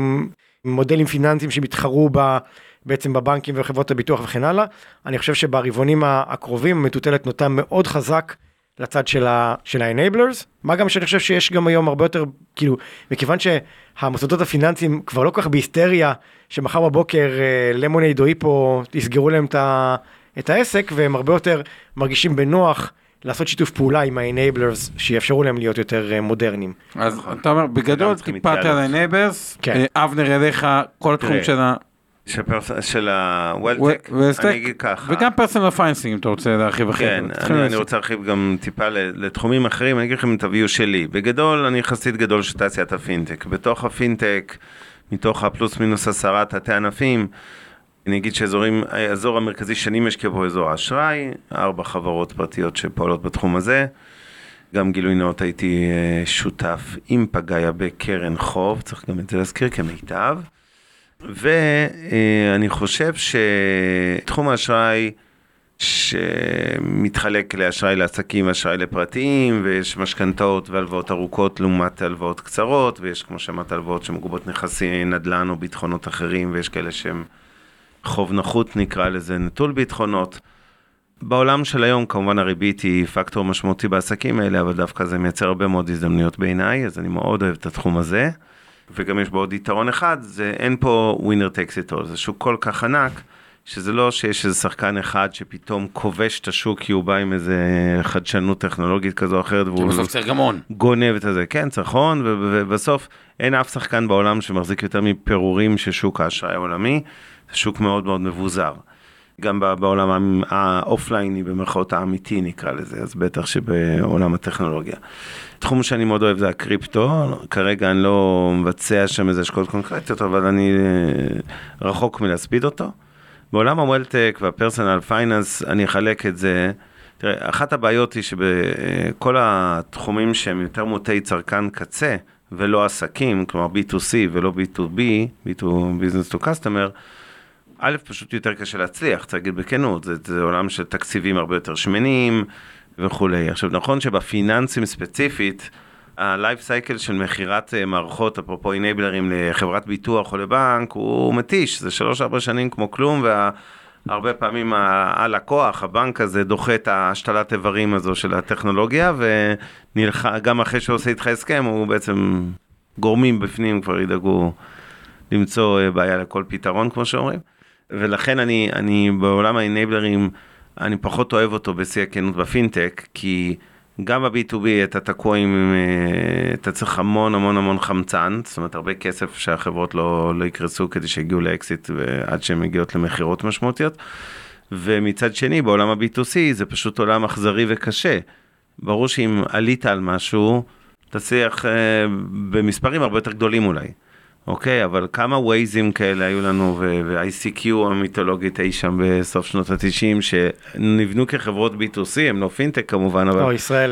מודלים פיננסיים שמתחרו ב... בעצם בבנקים וחברות הביטוח וכן הלאה. אני חושב שברבעונים הקרובים המטוטלת נוטה מאוד חזק לצד של ה של ה-enablers, מה גם שאני חושב שיש גם היום הרבה יותר, כאילו, מכיוון שהמוסדות הפיננסיים כבר לא כל כך בהיסטריה, שמחר בבוקר למונייד או איפו יסגרו להם את העסק, והם הרבה יותר מרגישים בנוח לעשות שיתוף פעולה עם ה-enablers, שיאפשרו להם להיות יותר מודרניים. אז אתה אומר, בגדול טיפת על ה-enablers, אבנר אליך, כל התחום של ה... של ה-Welltech, אני אגיד ככה. וגם פרסונל פייננסינג, אם אתה רוצה להרחיב אחרי. כן, אני רוצה להרחיב גם טיפה לתחומים אחרים, אני אגיד לכם את הביו שלי. בגדול, אני חסיד גדול של תעשיית הפינטק. בתוך הפינטק, מתוך הפלוס מינוס עשרה תתי ענפים, אני אגיד שהאזור המרכזי שאני משקיע בו אזור האשראי, ארבע חברות פרטיות שפועלות בתחום הזה, גם גילוי נאות הייתי שותף עם פגאיה בקרן חוב, צריך גם את זה להזכיר כמיטב. ואני חושב שתחום האשראי שמתחלק לאשראי לעסקים ואשראי לפרטיים, ויש משכנתאות והלוואות ארוכות לעומת הלוואות קצרות, ויש כמו שאמרת הלוואות שמגובות נכסי נדל"ן או ביטחונות אחרים, ויש כאלה שהם חוב נחות נקרא לזה, נטול ביטחונות. בעולם של היום כמובן הריבית היא פקטור משמעותי בעסקים האלה, אבל דווקא זה מייצר הרבה מאוד הזדמנויות בעיניי, אז אני מאוד אוהב את התחום הזה, וגם יש בו עוד יתרון אחד, זה אין פה winner takes it all, זה שוק כל כך ענק, שזה לא שיש איזה שחקן אחד שפתאום כובש את השוק כי הוא בא עם איזה חדשנות טכנולוגית כזו או אחרת, והוא בסוף צריך גם הון. גונב את זה, כן, צריך הון, ובסוף אין אף שחקן בעולם שמחזיק יותר מפירורים של שוק האשראי העולמי, זה שוק מאוד מאוד מבוזר. גם בעולם האופלייני, במרכאות האמיתי נקרא לזה, אז בטח שבעולם הטכנולוגיה. תחום שאני מאוד אוהב זה הקריפטו, כרגע אני לא מבצע שם איזה השקעות קונקרטיות, אבל אני רחוק מלהספיד אותו. בעולם המוולטק והפרסונל פייננס, אני אחלק את זה. תראה, אחת הבעיות היא שבכל התחומים שהם יותר מוטי צרכן קצה, ולא עסקים, כלומר בי טו סי ולא בי טו בי, בי טו Business to Customer, א', פשוט יותר קשה להצליח, צריך להגיד בכנות, זה, זה עולם של תקציבים הרבה יותר שמנים וכולי. עכשיו, נכון שבפיננסים ספציפית, ה-life cycle של מחירת מערכות, אפרופו אינבלרים לחברת ביטוח או לבנק, הוא מתיש, זה שלוש ארבע שנים כמו כלום, והרבה פעמים הלקוח, הבנק הזה, דוחה את השתלת איברים הזו של הטכנולוגיה, וגם אחרי שהוא עושה איתך הסכם, הוא בעצם גורמים בפנים, כבר ידאגו למצוא בעיה לכל פתרון, כמו שאומרים. ולכן אני, אני בעולם האינבלרים, אני פחות אוהב אותו בשיא הכנות בפינטק, כי גם ב-בי טו בי אתה תקוע עם, אתה צריך המון המון המון חמצן, זאת אומרת הרבה כסף שהחברות לא, לא יקרסו כדי שיגיעו לאקסיט עד שהן מגיעות למחירות משמעותיות, ומצד שני בעולם ה-בי טו סי זה פשוט עולם אכזרי וקשה, ברור שאם עלית על משהו, תצליח במספרים הרבה יותר גדולים אולי, אוקיי, אבל כמה ווייזים כאלה היו לנו, ו-איי סי קיו המיתולוגית אי שם בסוף שנות ה-תשעים, שנבנו כחברות בי טו סי, הם לא פינטק כמובן, אבל... לא, ישראל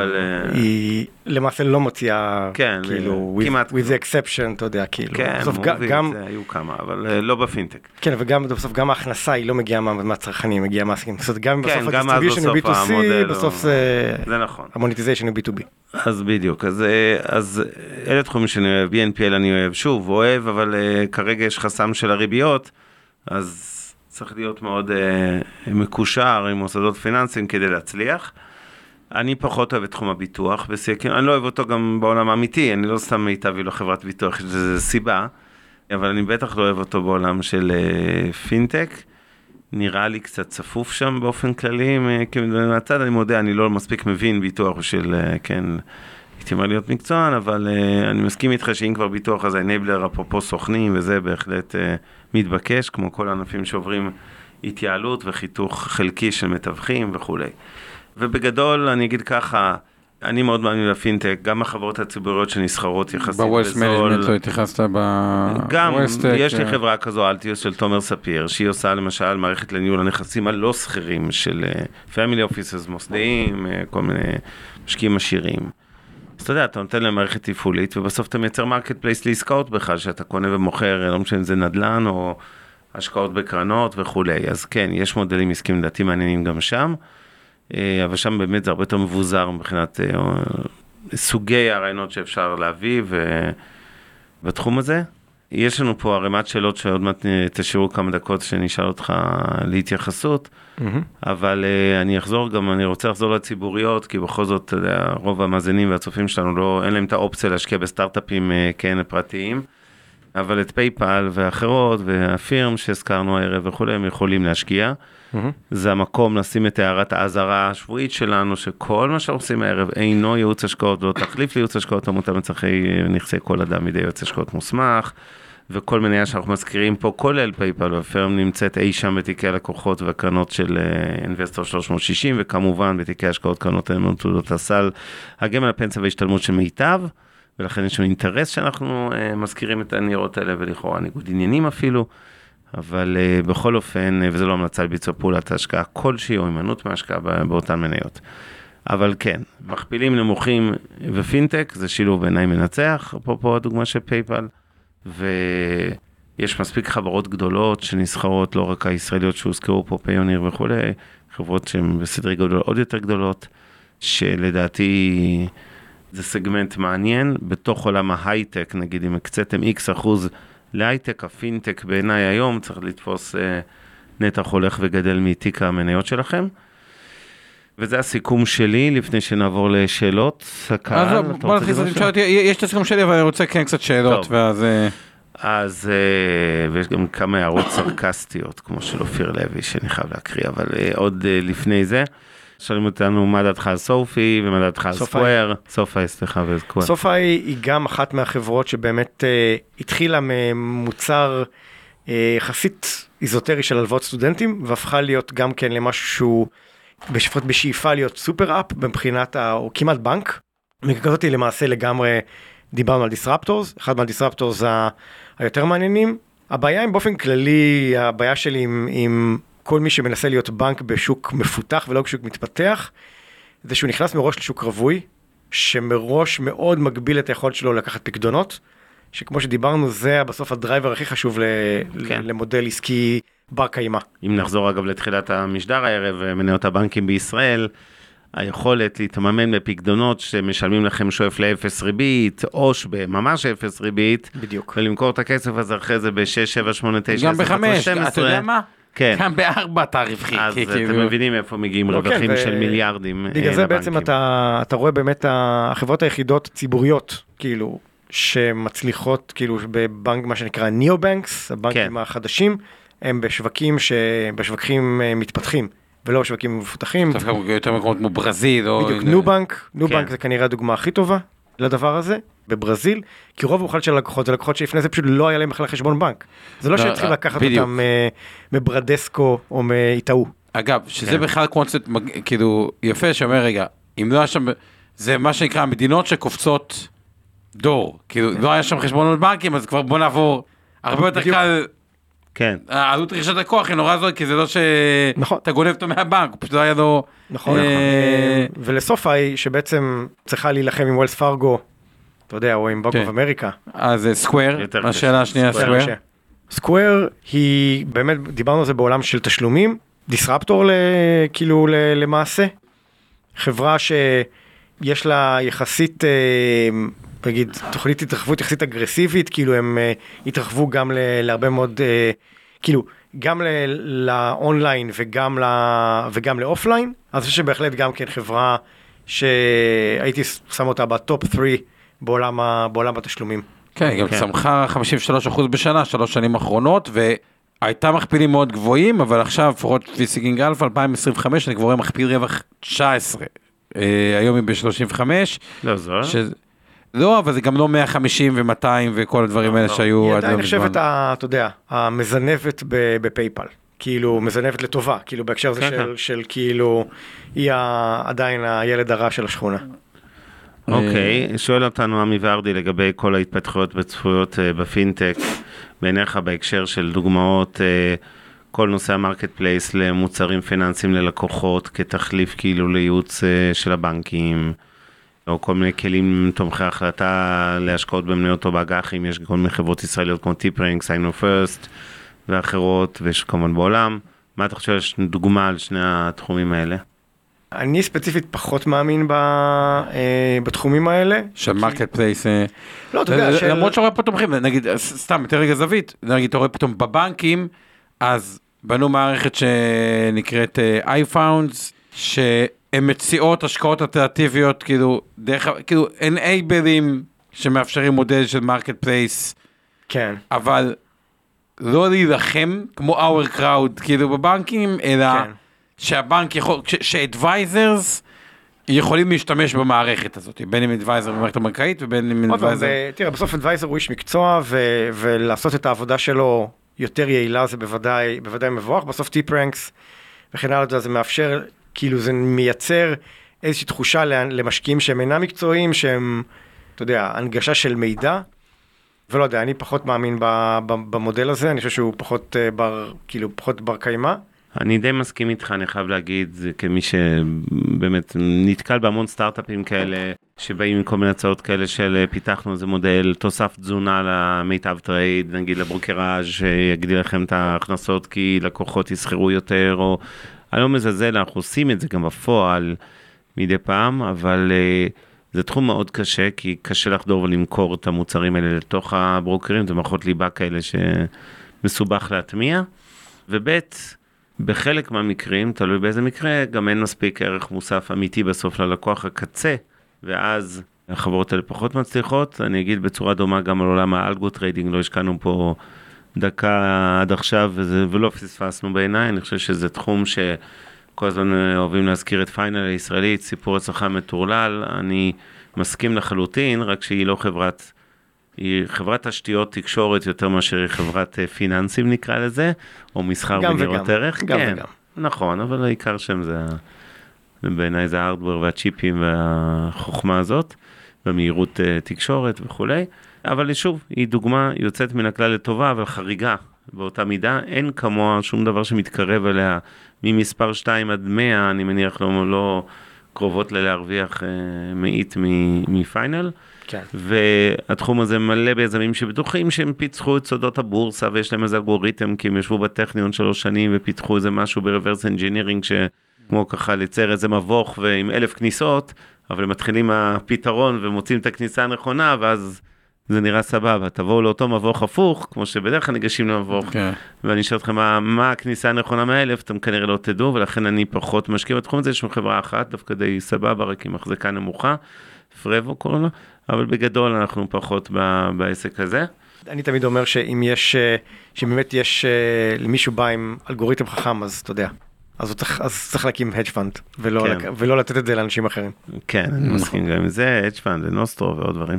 היא למעשה לא מוציאה, כן, כאילו, with the exception, אתה יודע, כאילו. כן, מוביל, זה היו כמה, אבל לא בפינטק. כן, וגם בסוף גם ההכנסה היא לא מגיעה מהצרכנים, מגיעה מהעסקים. זאת אומרת, גם בסוף הדיסטריביושן הוא בי טו סי, בסוף זה... זה נכון. המוניטיזיישן הוא בי טו בי. אז בדיוק, אז, אז אלה תחומים שאני אוהב, בי אן פי אל אני אוהב, שוב, אוהב, אבל uh, כרגע יש חסם של הריביות, אז צריך להיות מאוד uh, מקושר עם מוסדות פיננסיים כדי להצליח. אני פחות אוהב את תחום הביטוח, בסייקין, אני לא אוהב אותו גם בעולם האמיתי, אני לא סתם מיטבי לו חברת ביטוח, זה סיבה, אבל אני בטח לא אוהב אותו בעולם של uh, פינטק, נראה לי קצת צפוף שם באופן כללי, כי מהצד אני מודה, אני לא מספיק מבין ביטוח של, כן, הייתי אומר להיות מקצוען, אבל אני מסכים איתך שאם כבר ביטוח, אז האנבלר, אפרופו סוכנים, וזה בהחלט מתבקש, כמו כל הענפים שעוברים התייעלות וחיתוך חלקי של מתווכים וכו'. ובגדול, אני אגיד ככה, אני מאוד מאמין לפינטק, גם החברות הציבוריות שנסחרות יחסית בזול. בווסט מנג'מנט לא התייחסת ב... גם, יש לי חברה כזו, אלטיוס של תומר ספיר, שהיא עושה למשל מערכת לניהול הנכסים הלא סחירים של פמילי אופיסס מוסדיים, כל מיני משקיעים עשירים. אז אתה יודע, אתה נותן להם מערכת תפעולית, ובסוף אתה מייצר מרקט פלייס לעסקאות בכלל, שאתה קונה ומוכר, לא משנה אם זה נדל"ן או השקעות בקרנות וכולי. אז כן, יש מודלים עסקיים לדעתי מעניינים גם שם. אבל שם באמת זה הרבה יותר מבוזר מבחינת סוגי הרעיונות שאפשר להביא ובתחום הזה. יש לנו פה הרמת שאלות שעוד מעט תשאירו כמה דקות שנשאל אותך להתייחסות, אבל אני אחזור גם, אני רוצה לחזור לציבוריות, כי בכל זאת רוב המאזינים והצופים שלנו לא, אין להם את האופציה להשקיע בסטארט-אפים כן פרטיים, אבל את פייפל ואחרות והפירם שהזכרנו הערב וכו' הם יכולים להשקיע. זה המקום לשים את הערת האזהרה השבועית שלנו, שכל מה שעושים הערב אינו ייעוץ השקעות, לא תחליף לייעוץ השקעות המותאם לצרכי נכסי כל אדם מדי ייעוץ השקעות מוסמך, וכל מניה שאנחנו מזכירים פה, כולל פייפל והפירם נמצאת אי שם בתיקי הלקוחות והקרנות של אינבסטור שלוש מאות שישים, וכמובן בתיקי השקעות קרנות הנאמנות תעודות הסל, הגמל הפנסיה והשתלמות של מיטב, ולכן יש לנו אינטרס שאנחנו מזכירים את הניירות האלה, ולכאורה ניגוד עניינים אפילו, אבל uh, בכל אופן, uh, וזה לא המלצה לביצוע פעולת ההשקעה כלשהי, או הימנעות מההשקעה באותן מניות. אבל כן, מכפילים נמוכים ופינטק, זה שילוב בעיניי מנצח, פה פה הדוגמה של פייפל, ויש מספיק חברות גדולות שנסחרות, לא רק הישראליות שהוזכרו פה, פיוניר וכו', חברות שהן בסדרי גודל עוד יותר גדולות, שלדעתי זה סגמנט מעניין, בתוך עולם ההייטק, נגיד אם הקצתם X אחוז להייטק, הפינטק בעיניי היום צריך לתפוס אה, נתח הולך וגדל מתיק המניות שלכם. וזה הסיכום שלי, לפני שנעבור לשאלות. הקהל, אז בוא נתחיל, יש את הסיכום שלי, אבל אני רוצה כן קצת שאלות, ואז... אז, ויש גם כמה הערות סרקסטיות, כמו של אופיר לוי, שאני חייב להקריא, אבל עוד לפני זה, שואלים אותנו מה דעתך על סופי, ומה דעתך על סקוואר, סופי, סליחה, וסקוואר. סופי היא גם אחת מהחברות שבאמת התחילה ממוצר יחסית איזוטרי של הלוואות סטודנטים, והפכה להיות גם כן למשהו שהוא בשאיפה להיות סופר אפ, מבחינת, או כמעט בנק. מכזאת היא למעשה לגמרי, דיברנו על דיסרפטורס, אחד מהדיסרפטורס היותר מעניינים. הבעיה עם באופן כללי, הבעיה שלי עם, עם כל מי שמנסה להיות בנק בשוק מפותח ולא בשוק מתפתח, זה שהוא נכנס מראש לשוק רווי, שמראש מאוד מגביל את היכולת שלו לקחת פקדונות, שכמו שדיברנו, זה בסוף הדרייבר הכי חשוב כן. למודל עסקי בר קיימא. אם נחזור אגב לתחילת המשדר הערב, מניות הבנקים בישראל, היכולת להתממן בפקדונות שמשלמים לכם שואף לאפס ריבית, או בממש אפס ריבית, בדיוק. ולמכור את הכסף הזה אחרי זה ב-שש, שבע, שמונה, תשע, גם בחמש, אתה יודע מה? כן. גם בארבע אתה רווחי. אז אתם מבינים איפה מגיעים רווחים של מיליארדים. בגלל זה בעצם אתה רואה באמת החברות היחידות ציבוריות, כאילו, שמצליחות, כאילו, בבנק, מה שנקרא ניאו-בנקס, הבנקים החדשים, הם בשווקים שבשווקים מתפתחים. ולא בשווקים מפותחים. יותר מקומות כמו ברזיל. בדיוק, ניו-בנק. ניו-בנק זה כנראה הדוגמה הכי טובה לדבר הזה, בברזיל, כי רוב המוחלט של הלקוחות, זה לקוחות שלפני זה פשוט לא היה להם בכלל חשבון בנק. זה לא שצריכים לקחת אותם מברדסקו או מאיטאו. אגב, שזה בכלל קונספט, כאילו, יפה שאומר, רגע, אם לא היה שם, זה מה שנקרא, המדינות שקופצות דור. כאילו, לא היה שם חשבון בנקים, אז כבר בוא נעבור הרבה יותר קל... כן. העלות רכישת הכוח היא נורא זאת, כי זה לא שאתה גונב אותו מהבנק, הוא פשוט לא היה לו... נכון, נכון. ולסופי, שבעצם צריכה להילחם עם ווילס פארגו, אתה יודע, או עם בנק אוף אמריקה. אז סקוואר, השאלה השנייה, סקוואר. סקוואר היא, באמת, דיברנו על זה בעולם של תשלומים, דיסרפטור כאילו למעשה, חברה שיש לה יחסית... נגיד, תוכנית התרחבות יחסית אגרסיבית, כאילו הם uh, התרחבו גם ל, להרבה מאוד, uh, כאילו, גם ל, לאונליין וגם, ל, וגם לאופליין, אז אני חושב שבהחלט גם כן חברה שהייתי שם אותה בטופ שלוש בעולם, ה, בעולם התשלומים. כן, היא גם צמחה חמישים ושלושה אחוז בשנה, שלוש שנים אחרונות, והייתה מכפילים מאוד גבוהים, אבל עכשיו, לפחות ויסיגינג אלפא, אלפיים עשרים וחמש, אני כבר רואה מכפיל רווח תשע עשרה. Uh, היום היא ב-שלושים וחמש. לא, זו. ש... לא, אבל זה גם לא מאה וחמישים ומאתיים וכל הדברים האלה שהיו... היא עדיין נחשבת, אתה יודע, המזנבת בפייפל, כאילו מזנבת לטובה, כאילו בהקשר הזה של כאילו, היא עדיין הילד הרע של השכונה. אוקיי, שואל אותנו עמי ורדי לגבי כל ההתפתחויות בצפויות בפינטק, בעיניך בהקשר של דוגמאות, כל נושא המרקט פלייס למוצרים פיננסיים ללקוחות, כתחליף כאילו לייעוץ של הבנקים, או כל מיני כלים תומכי החלטה להשקעות במניות או באג"חים, יש כל מיני חברות ישראליות כמו טיפרינג, סיין אוף פירסט ואחרות, ויש כמובן בעולם. מה אתה חושב, יש דוגמה על שני התחומים האלה? אני ספציפית פחות מאמין בתחומים האלה. של מרקט פלייס. לא, אתה יודע, של... למרות שרואה פה תומכים, נגיד, סתם, יותר רגע זווית, נגיד, אתה רואה פתאום בבנקים, אז בנו מערכת שנקראת iFounds, ש... הן מציעות השקעות אלטרנטיביות, כאילו, דרך, כאילו, אנאבלים שמאפשרים מודל של מרקט פלייס. כן. אבל לא להילחם, כמו our crowd, כאילו, בבנקים, אלא כן. שהבנק יכול, ש-advisors יכולים להשתמש במערכת הזאת, בין אם advisor במערכת הבנקאית, ובין אם advisor... תראה, בסוף advisor הוא איש מקצוע, ו- ולעשות את העבודה שלו יותר יעילה, זה בוודאי, בוודאי מבורך. בסוף טיפרנקס וכן הלאה, זה מאפשר... כאילו זה מייצר איזושהי תחושה למשקיעים שהם אינם מקצועיים, שהם, אתה יודע, הנגשה של מידע, ולא יודע, אני פחות מאמין במודל הזה, אני חושב שהוא פחות בר, כאילו, פחות בר קיימא. אני די מסכים איתך, אני חייב להגיד, כמי שבאמת נתקל בהמון סטארט-אפים כאלה, שבאים עם כל מיני הצעות כאלה של פיתחנו איזה מודל, תוסף תזונה למיטב טרייד, נגיד לברוקראז' שיגדיל לכם את ההכנסות כי לקוחות יסחרו יותר, או אני לא מזלזל, אנחנו עושים את זה גם בפועל מדי פעם, אבל uh, זה תחום מאוד קשה, כי קשה לחדור ולמכור את המוצרים האלה לתוך הברוקרים, זה מערכות ליבה כאלה שמסובך להטמיע, ובית, בחלק מהמקרים, תלוי באיזה מקרה, גם אין מספיק ערך מוסף אמיתי בסוף ללקוח הקצה, ואז החברות האלה פחות מצליחות. אני אגיד בצורה דומה גם על עולם האלגו טריידינג, לא השקענו פה דקה עד עכשיו, וזה, ולא פספסנו בעיניי. אני חושב שזה תחום שכל הזמן אוהבים להזכיר את פיינל הישראלית, סיפור הצלחה מטורלל. אני מסכים לחלוטין, רק שהיא לא חברת, היא חברת תשתיות תקשורת יותר מאשר היא חברת פיננסים נקרא לזה, או מסחר בניירות ערך. גם כן, וגם. נכון, אבל העיקר שם זה, בעיניי זה ההרדוור והצ'יפים והחוכמה הזאת, במהירות תקשורת וכולי. אבל שוב, היא דוגמה יוצאת מן הכלל לטובה, אבל חריגה באותה מידה. אין כמוה שום דבר שמתקרב אליה ממספר שתיים עד מאה, אני מניח לא, לא קרובות ללהרוויח מאית מפיינל. כן. והתחום הזה מלא ביזמים שבטוחים שהם פיצחו את סודות הבורסה, ויש להם איזה אלגוריתם, כי הם ישבו בטכניון שלוש שנים ופיתחו איזה משהו ברוורס אנג'ינירינג, שכמו ככה ליצר איזה מבוך ועם אלף כניסות, אבל הם מתחילים הפתרון ומוצאים את הכניסה הנכונה, ואז זה נראה סבבה. תבואו לאותו מבוך הפוך, כמו שבדרך כלל ניגשים למבוך, okay. ואני אשאל אתכם מה, מה הכניסה הנכונה מהאלף, אתם כנראה לא תדעו, ולכן אני פחות משקיע בתחום הזה. יש לנו חברה אחת, דווקא די סבבה, רק עם מחזקה נמוכה, פרבו קוראים לו, אבל בגדול אנחנו פחות ב, בעסק הזה. אני תמיד אומר שאם יש, שבאמת יש למישהו בא עם אלגוריתם חכם, אז אתה יודע, אז הוא צריך, אז צריך להקים hedge fund, ולא, כן. לק, ולא לתת את זה לאנשים אחרים. כן, אני מסכים גם עם זה, hedge fund, נוסטרו ועוד דברים.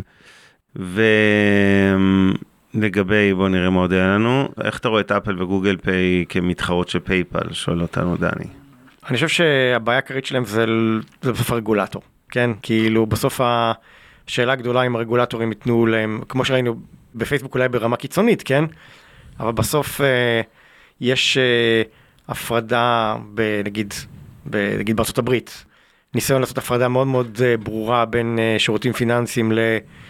ולגבי, בוא נראה מה עוד היה לנו, איך אתה רואה את אפל וגוגל פיי כמתחרות של פייפל, שואל אותנו דני. אני חושב שהבעיה העיקרית שלהם זה, זה בסוף הרגולטור, כן? כאילו בסוף השאלה הגדולה אם הרגולטורים ייתנו להם, כמו שראינו בפייסבוק אולי ברמה קיצונית, כן? אבל בסוף אה, יש אה, הפרדה, נגיד, נגיד בארצות הברית, ניסיון לעשות הפרדה מאוד מאוד אה, ברורה בין אה, שירותים פיננסיים ל...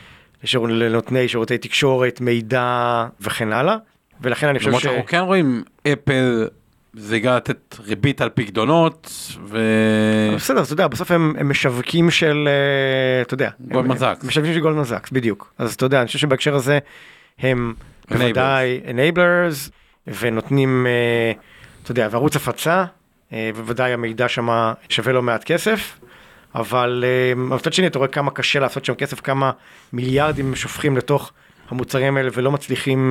לנותני שירותי תקשורת, מידע וכן הלאה, ולכן אני חושב ש... אנחנו כן רואים אפל, זה גם לתת ריבית על פקדונות, ו... בסדר, אתה יודע, בסוף הם, הם משווקים של, אתה יודע, גולדמן זאקס. משווקים של גולדמן זאקס, בדיוק. אז אתה יודע, אני חושב שבהקשר הזה, הם בוודאי enablers, ונותנים, אתה יודע, וערוץ הפצה, ובוודאי המידע שם שווה לו מעט כסף, אבל מצד שני, אתה רואה כמה קשה לעשות שם כסף, כמה מיליארדים שופכים לתוך המוצרים האלה, ולא מצליחים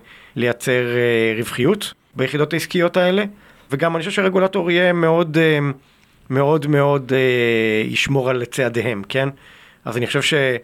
לייצר רווחיות ביחידות העסקיות האלה, וגם אני חושב שהרגולטור יהיה מאוד, מאוד, מאוד ישמור על צעדיהם, כן? אז אני חושב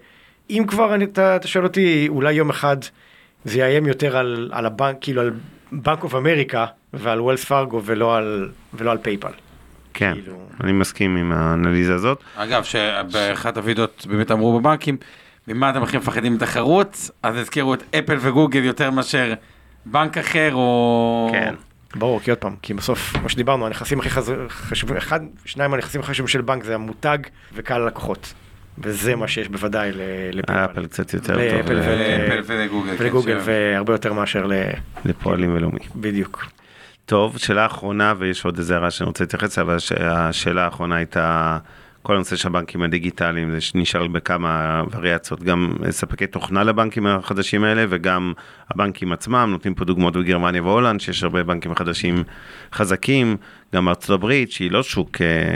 שאם כבר אתה, אתה שואל אותי, אולי יום אחד זה יאיים יותר על, על הבנק, כאילו על בנק אוף אמריקה, ועל ווילס פארגו, ולא על, ולא על פייפל. כן, אני מסכים עם האנליזה הזאת. אגב, שבאחת הוידאות באמת אמרו בבנקים, ממה אתם הכי מפחדים מתחרות, אז הזכירו את אפל וגוגל יותר מאשר בנק אחר, או... כן, ברור, כי עוד פעם, כי בסוף, מה שדיברנו, הנכסים הכי חשובים, אחד, שניים הנכסים הכי חשובים של בנק, זה המותג וקהל הלקוחות. וזה מה שיש בוודאי לפייפל. אפל קצת יותר טוב. לאפל ולגוגל. ולגוגל, והרבה יותר מאשר לפועלים ולאומי. בדיוק. טוב, שאלה האחרונה, ויש עוד איזה הערה שאני רוצה להתייחס, אבל השאלה האחרונה הייתה, כל הנושא של הבנקים הדיגיטליים, זה נשאל בכמה וריאציות, גם ספקי תוכנה לבנקים החדשים האלה, וגם הבנקים עצמם, נותנים פה דוגמאות בגרמניה והולנד, שיש הרבה בנקים חדשים חזקים, גם ארצות הברית, שהיא לא שוק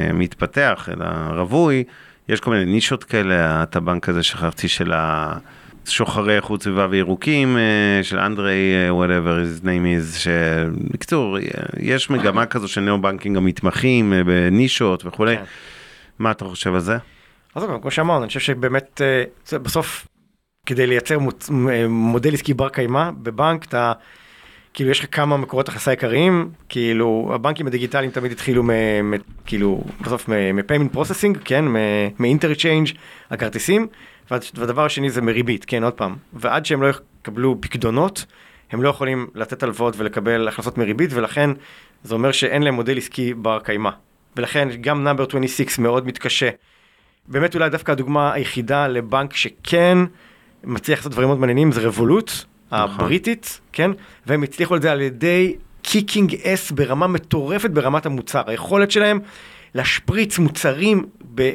מתפתח, אלא רווי, יש כל מיני נישות כאלה, את הבנק הזה שכחתי של ה... שוחרי חוץ סביבה וירוקים, של אנדרי, whatever his name is, שבקצור, יש מגמה כזו של ניאו-בנקינג המתמחים בנישות וכו'. כן. מה אתה חושב על זה? אז כמו שאמרנו, אני חושב שבאמת, בסוף, כדי לייצר מודל עסקי בר קיימא, בבנק אתה, כאילו יש לך כמה מקורות הכנסה עיקריים, כאילו הבנקים הדיגיטליים תמיד התחילו, כאילו, בסוף מ-payment processing, כן, מ-interchange, הכרטיסים, והדבר השני זה מריבית, כן, עוד פעם. ועד שהם לא יקבלו פקדונות, הם לא יכולים לתת הלוואות ולקבל הכנסות מריבית, ולכן זה אומר שאין להם מודל עסקי בר קיימא. ולכן גם נאמבר עשרים ושש מאוד מתקשה. באמת אולי דווקא הדוגמה היחידה לבנק שכן מצליח לעשות דברים מאוד מעניינים, זה רבולוט, הבריטית, כן? והם הצליחו את זה על ידי קיקינג אס ברמה מטורפת ברמת המוצר. היכולת שלהם להשפריץ מוצרים,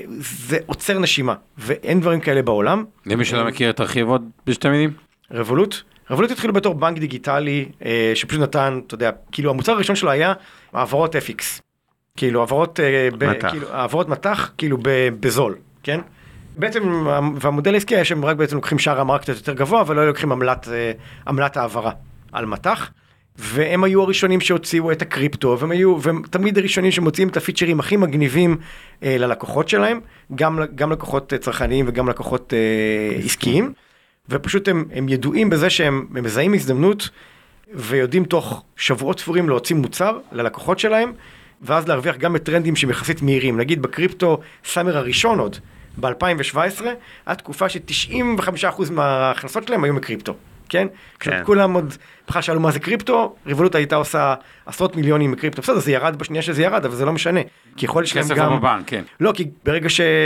זה עוצר נשימה, ואין דברים כאלה בעולם. למי שלא מכיר, תרחיב עוד בשתי מילים? רבולוט. רבולוט התחילו בתור בנק דיגיטלי, שפשוט נתן, אתה יודע, כאילו המוצר הראשון שלו היה העברות אף אקס. כאילו העברות, כאילו, העברות מתח, כאילו בזול, כן? בעצם, והמודל העסקי היה שהם רק בעצם לוקחים שער המרה קצת יותר גבוה, אבל לא לוקחים עמלת, עמלת העברה על מתח. והם היו הראשונים שהוציאו את הקריפטו, והם היו, והם תמיד הראשונים שמוציאים את הפיצ'רים הכי מגניבים אה, ללקוחות שלהם, גם, גם לקוחות צרכניים וגם לקוחות אה, עסקיים, ופשוט הם, הם ידועים בזה שהם מזהים הזדמנות, ויודעים תוך שבועות ספורים להוציא מוצר ללקוחות שלהם, ואז להרוויח גם את טרנדים שמחסית מהירים. נגיד בקריפטו סאמר הראשון עוד, ב-אלפיים שבע עשרה, התקופה ש-תשעים וחמישה אחוז מההכנסות שלהם היו מקריפטו. כן? כשעוד כולם עוד בכלל שאלו מה זה קריפטו, ריבולוט הייתה עושה עשרות מיליונים מקריפטו, בסדר, זה ירד בשנייה שזה ירד, אבל זה לא משנה, כי יכול להיות שלהם גם... בבנק, כן. לא, כי ברגע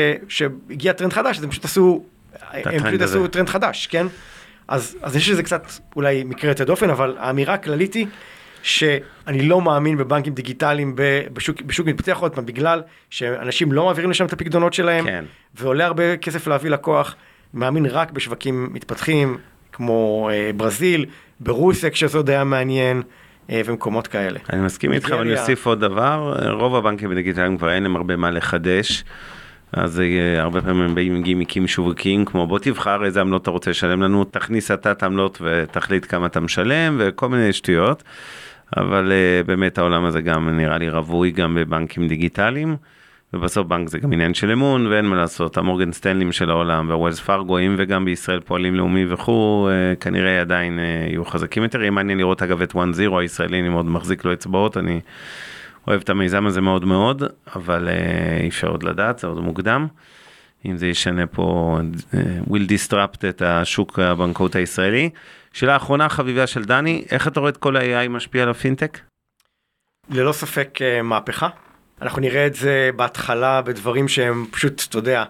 שהגיע טרנד חדש, אז הם פשוט עשו, הם פשוט עשו טרנד חדש, כן? אז אני חושב שזה קצת אולי מקרה יוצא דופן, אבל האמירה הכללית היא שאני לא מאמין בבנקים דיגיטליים בשוק מתפתח עוד פעם, בגלל שאנשים לא מעבירים לשם את הפקדונות שלהם, ועולה הרבה כסף להביא לקוח, מאמין רק בשווקים מתפתחים, כמו אה, ברזיל, ברוסיה, כשזה עוד היה מעניין, אה, ומקומות כאלה. אני מסכים איתך, אבל אני אוסיף עוד דבר, רוב הבנקים בדיגיטליים כבר אין להם הרבה מה לחדש, אז אה, הרבה פעמים הם באים עם גימיקים שווקים, כמו בוא תבחר איזה עמלות אתה רוצה לשלם לנו, תכניס אתה את העמלות ותחליט כמה אתה משלם, וכל מיני שטויות, אבל אה, באמת העולם הזה גם נראה לי רווי גם בבנקים דיגיטליים, ובסוף בנק זה גם עניין של אמון, ואין מה לעשות, המורגן סטנלים של העולם, והווילס פארגואים, וגם בישראל פועלים לאומי וכו', כנראה עדיין יהיו חזקים יותר. יהיה מעניין לראות אגב את וואן זירו הישראלי, אני מאוד מחזיק לו אצבעות, אני אוהב את המיזם הזה מאוד מאוד, אבל אי אפשר עוד לדעת, זה עוד מוקדם. אם זה ישנה פה, will disrupt את השוק הבנקאות הישראלי. שאלה האחרונה חביבה של דני, איך אתה רואה את כל ה-איי איי משפיע על הפינטק? ללא ספק מהפכה. אנחנו נראה את זה בהתחלה בדברים שהם פשוט, אתה יודע,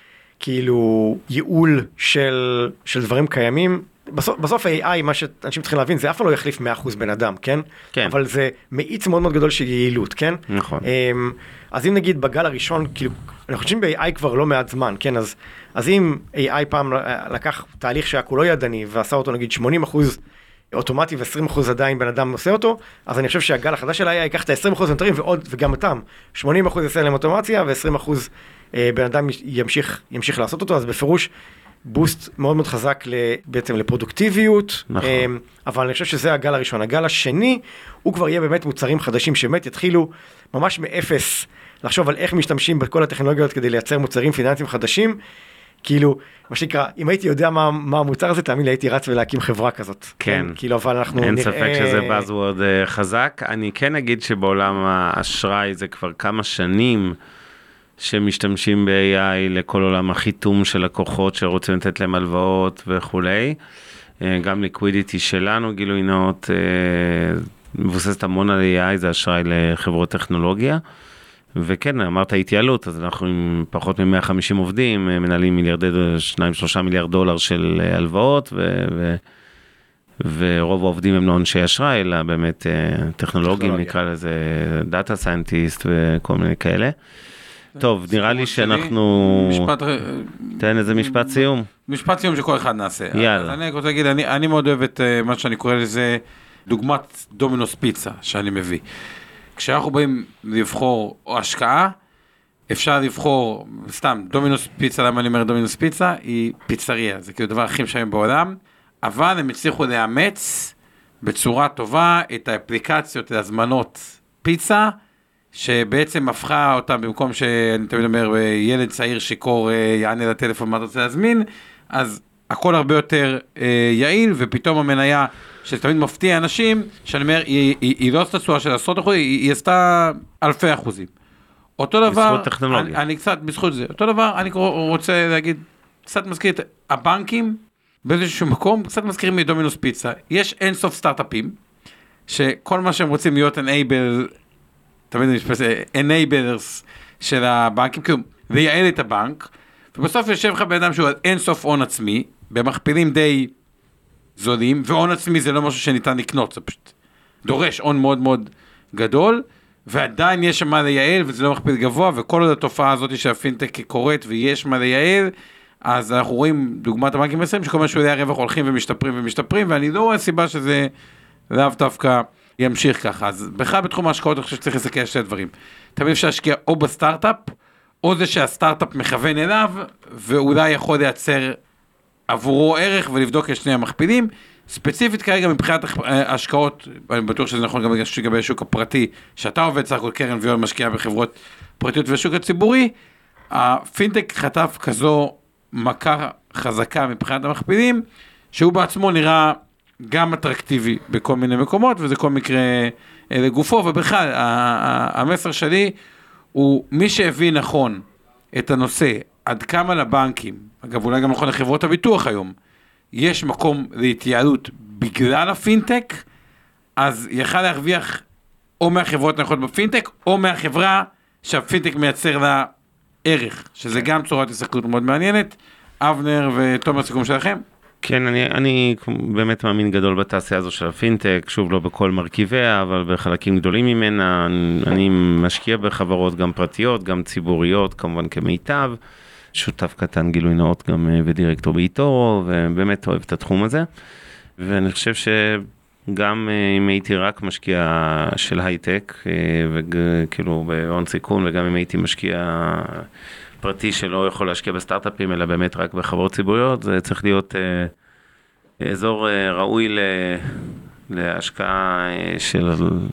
כאילו ייעול של, של דברים קיימים. בסוף, בסוף ה-איי איי, מה שאנשים צריכים להבין, זה אף פעם לא יחליף מאה אחוז בן אדם, כן? כן. אבל זה מאיץ מאוד מאוד גדול של יעילות, כן? נכון. אז אם נגיד בגל הראשון, כאילו, אנחנו חושבים ב-איי איי כבר לא מעט זמן, כן? אז, אז אם איי איי פעם לקח תהליך שהיה כולו ידני, ועשה אותו נגיד שמונים אחוז אוטומטי ו-עשרים אחוז עדיין בן אדם עושה אותו, אז אני חושב שהגל החדש של ה-איי איי ייקח את ה-עשרים אחוז נותרים ועוד, וגם אותם, שמונים אחוז יעשה להם אוטומציה, ו-עשרים אחוז בן אדם ימשיך, ימשיך לעשות אותו, אז בפירוש בוסט מאוד מאוד חזק בעצם לפרודוקטיביות, נכון. אבל אני חושב שזה הגל הראשון. הגל השני, הוא כבר יהיה באמת מוצרים חדשים, שבאמת יתחילו ממש מאפס, לחשוב על איך משתמשים בכל הטכנולוגיות כדי לייצר מוצרים פיננסיים חדשים, כאילו, מה שנקרא, אם הייתי יודע מה, מה המוצר הזה, תאמין לי, הייתי רץ ולהקים חברה כזאת. כן. כן? כאילו, אבל אנחנו אין נראה... ספק שזה בזוורד חזק. אני כן אגיד שבעולם האשראי זה כבר כמה שנים שמשתמשים ב-איי איי לכל עולם החיתום של לקוחות שרוצים לתת להם הלוואות וכולי. גם ליקווידיטי שלנו, גילוי נאות, מבוססת המון על איי איי, זה אשראי לחברות טכנולוגיה. וכן, אמרת התייעלות, אז אנחנו עם פחות מ-מאה וחמישים עובדים, מנהלים מיליארדי, שניים, שלושה מיליארד דולר של הלוואות, ו- ו- ורוב העובדים הם לא אנשי אשראי, אלא באמת טכנולוגים, נקרא לזה דאטה סיינטיסט וכל מיני כאלה. טוב, נראה לי שאנחנו... משפט... תן איזה משפט סיום. משפט סיום שכל אחד נעשה. יאללה. אז אני רוצה להגיד, אני, אני מאוד אוהב את מה שאני קורא לזה, דוגמת דומינוס פיצה שאני מביא. כשאנחנו באים לבחור או השקעה, אפשר לבחור, סתם, דומינוס פיצה, למה אני אומר דומינוס פיצה? היא פיצריה, זה כאילו דבר הכי משלם בעולם, אבל הם הצליחו לאמץ בצורה טובה את האפליקציות, את הזמנות פיצה, שבעצם הפכה אותם במקום שאני תמיד אומר, ילד צעיר שיקור יענה לטלפון מה אתה רוצה להזמין, אז הכל הרבה יותר יעיל, ופתאום המניה שתמיד מפתיע אנשים, שאני אומר, היא, היא, היא לא עשתה תשואה של עשרות אחוזים, היא, היא עשתה אלפי אחוזים. אותו דבר, בזכות טכנולוגיה. אני, אני קצת, בזכות זה, אותו דבר, אני רוצה להגיד, קצת מזכיר את הבנקים, באיזשהו מקום, קצת מזכירים מדומינוס פיצה, יש אין סוף סטארט-אפים, שכל מה שהם רוצים להיות enable, תמיד אני משפט, enablers של הבנקים, כאילו, לייעל את הבנק, ובסוף יושב לך בן אדם שהוא אין סוף הון עצמי, במכפילים די זולים, והון עצמי זה לא משהו שניתן לקנות, זה פשוט דורש הון מאוד מאוד גדול, ועדיין יש מה לייעל, וזה לא מכפיל גבוה, וכל עוד התופעה הזאת שהפינטק קורית, ויש מה לייעל, אז אנחנו רואים דוגמת הבנקים מסוימים, שכל מה שהוא יהיה הרווח הולכים ומשתפרים ומשתפרים, ואני לא רואה סיבה שזה לאו דווקא ימשיך ככה. אז בכלל בתחום ההשקעות, אני חושב שצריך לסקר שתי דברים. תמיד אפשר להשקיע או בסטארט-אפ, או זה שהסטארט-אפ מכוון אליו, ואולי יכול לייצר עבורו ערך, ולבדוק את שני המכפילים. ספציפית כרגע מבחינת ההשקעות, אני בטוח שזה נכון גם לגבי השוק הפרטי, שאתה עובד סך הכל קרן ויון משקיע בחברות פרטיות והשוק הציבורי, הפינטק חטף כזו מכה חזקה מבחינת המכפילים, שהוא בעצמו נראה גם אטרקטיבי בכל מיני מקומות, וזה כל מקרה לגופו, ובכלל, המסר שלי הוא מי שהביא נכון את הנושא, עד כמה לבנקים, אגב אולי גם נכון לחברות הביטוח היום, יש מקום להתייעלות בגלל הפינטק, אז יכל להרוויח או מהחברות הנכונות בפינטק, או מהחברה שהפינטק מייצר לה ערך, שזה גם צורת הסתכלות מאוד מעניינת. אבנר ותומר, סיכום שלכם? כן, אני, אני באמת מאמין גדול בתעשייה הזו של הפינטק, שוב לא בכל מרכיביה, אבל בחלקים גדולים ממנה, אני משקיע בחברות גם פרטיות, גם ציבוריות, כמובן כמיטב, שותף קטן גילוי נאות גם ודירקטור באיתו, ובאמת אוהב את התחום הזה, ואני חושב שגם אם הייתי רק משקיע של הייטק, וכאילו בהון סיכון, וגם אם הייתי משקיע פרטי שלא יכול להשקיע בסטארט-אפים, אלא באמת רק בחברות ציבוריות, זה צריך להיות אזור ראוי להשקעה של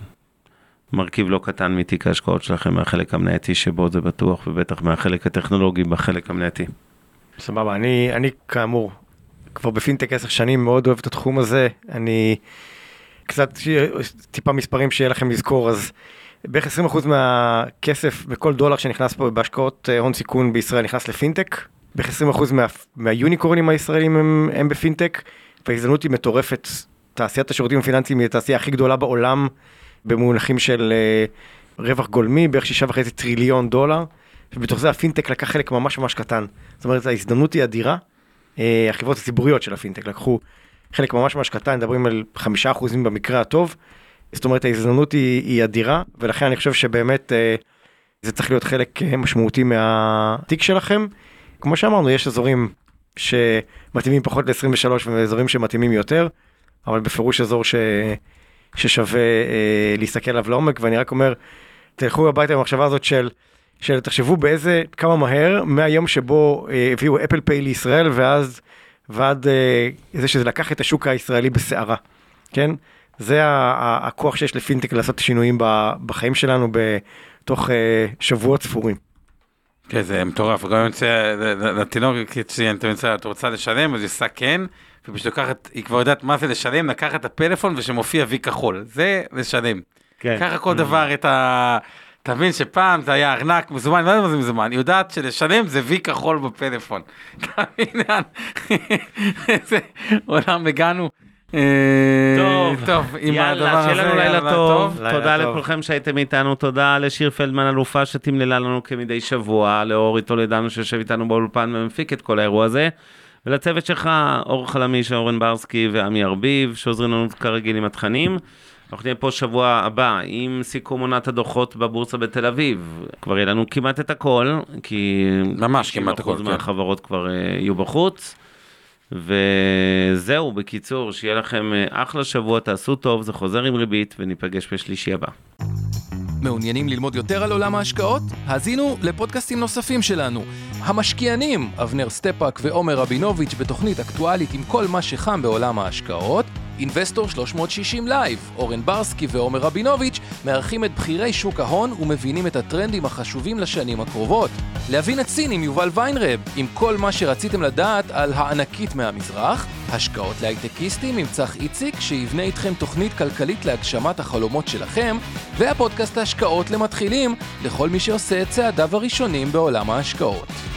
מרכיב לא קטן מתיק ההשקעות שלכם מהחלק המנייתי שבו זה בטוח, ובטח מהחלק הטכנולוגי בחלק המנייתי. סבבה, אני, אני כאמור, כבר בפינטק עשר שנים מאוד אוהב את התחום הזה, אני קצת טיפה מספרים שיהיה לכם לזכור, אז בערך עשרים אחוז מהכסף בכל דולר שנכנס פה בהשקעות הון סיכון בישראל נכנס לפינטק, בערך עשרים אחוז מה, מהיוניקורנים הישראלים הם, הם בפינטק, וההזדמנות היא מטורפת, תעשיית השירותים הפיננסיים היא התעשייה הכי גדולה בעולם, במונחים של uh, רווח גולמי, בערך שישה וחצי טריליון דולר, ובתוך זה הפינטק לקח חלק ממש ממש קטן. זאת אומרת, ההזדמנות היא אדירה, uh, החברות הציבוריות של הפינטק לקחו חלק ממש ממש קטן, מדברים על חמישה אחוזים במקרה הטוב, זאת אומרת, ההזדמנות היא, היא אדירה, ולכן אני חושב שבאמת uh, זה צריך להיות חלק uh, משמעותי מהתיק שלכם. כמו שאמרנו, יש אזורים שמתאימים פחות ל-עשרים ושלוש, ואזורים שמתאימים יותר, אבל בפירוש אזור ש... ששווה אה, להסתכל עליו לעומק, ואני רק אומר, תלכו הביתה במחשבה הזאת של, של תחשבו באיזה, כמה מהר, מהיום שבו אה, הביאו אפל פיי לישראל, ואז, ועד אה, זה שזה לקח את השוק הישראלי בסערה, כן? זה ה- ה- הכוח שיש לפינטק לעשות שינויים ב- בחיים שלנו, בתוך אה, שבועות ספורים. כן, זה מטורף, וגם יוצא, לתינוק, אתה רוצה לשלם, אז יסע כן, ובשביל לקחת, היא כבר יודעת מה זה לשלם, לקחת את הפלאפון ושמופיע וי כחול, זה לשלם. ככה כל דבר את ה... תבין שפעם זה היה ארנק מזומן, לא יודע מה זה מזומן, היא יודעת שלשלם זה וי כחול בפלאפון. תבין, איזה עולם הגענו. טוב, טוב, עם הדבר יאללה, הזה, שיהיה לנו לילה טוב, תודה טוב. לכולכם שהייתם איתנו, תודה לשיר פלדמן אלופה שתמללה לנו כמדי שבוע, לאורי טולדנו שיושב איתנו באולפן ומפיק את כל האירוע הזה, ולצוות שלך, אור חלמיש, אורן ברסקי ועמי ארביב, שעוזרים לנו כרגיל עם התכנים. אנחנו נהיה פה שבוע הבא עם סיכום עונת הדוחות בבורסה בתל אביב. כבר יהיה לנו כמעט את הכל, כי ממש כמעט הכל, שישים אחוז מהחברות כבר יהיו בחוץ. וזהו, בקיצור, שיהיה לכם אחלה שבוע, תעשו טוב, זה חוזר עם ריבית, וניפגש בשלישי הבא. מעוניינים ללמוד יותר על עולם ההשקעות? האזינו לפודקאסטים נוספים שלנו. המשקיענים, אבנר סטפאק ועומר רבינוביץ' בתוכנית אקטואלית עם כל מה שחם בעולם ההשקעות. אינבסטור שלוש מאות שישים לייב, אורן ברסקי ועומר רבינוביץ' מארחים את בחירי שוק ההון ומבינים את הטרנדים החשובים לשנים הקרובות. להבין את סין עם יובל ויינרב, עם כל מה שרציתם לדעת על הענקית מהמזרח. השקעות להייטקיסטים עם צח איציק, שיבנה איתכם תוכנית כלכלית להגשמת החלומות שלכם. והפודקאסט ההשקעות למתחילים, לכל מי שעושה את צעדיו הראשונים בעולם ההשקעות.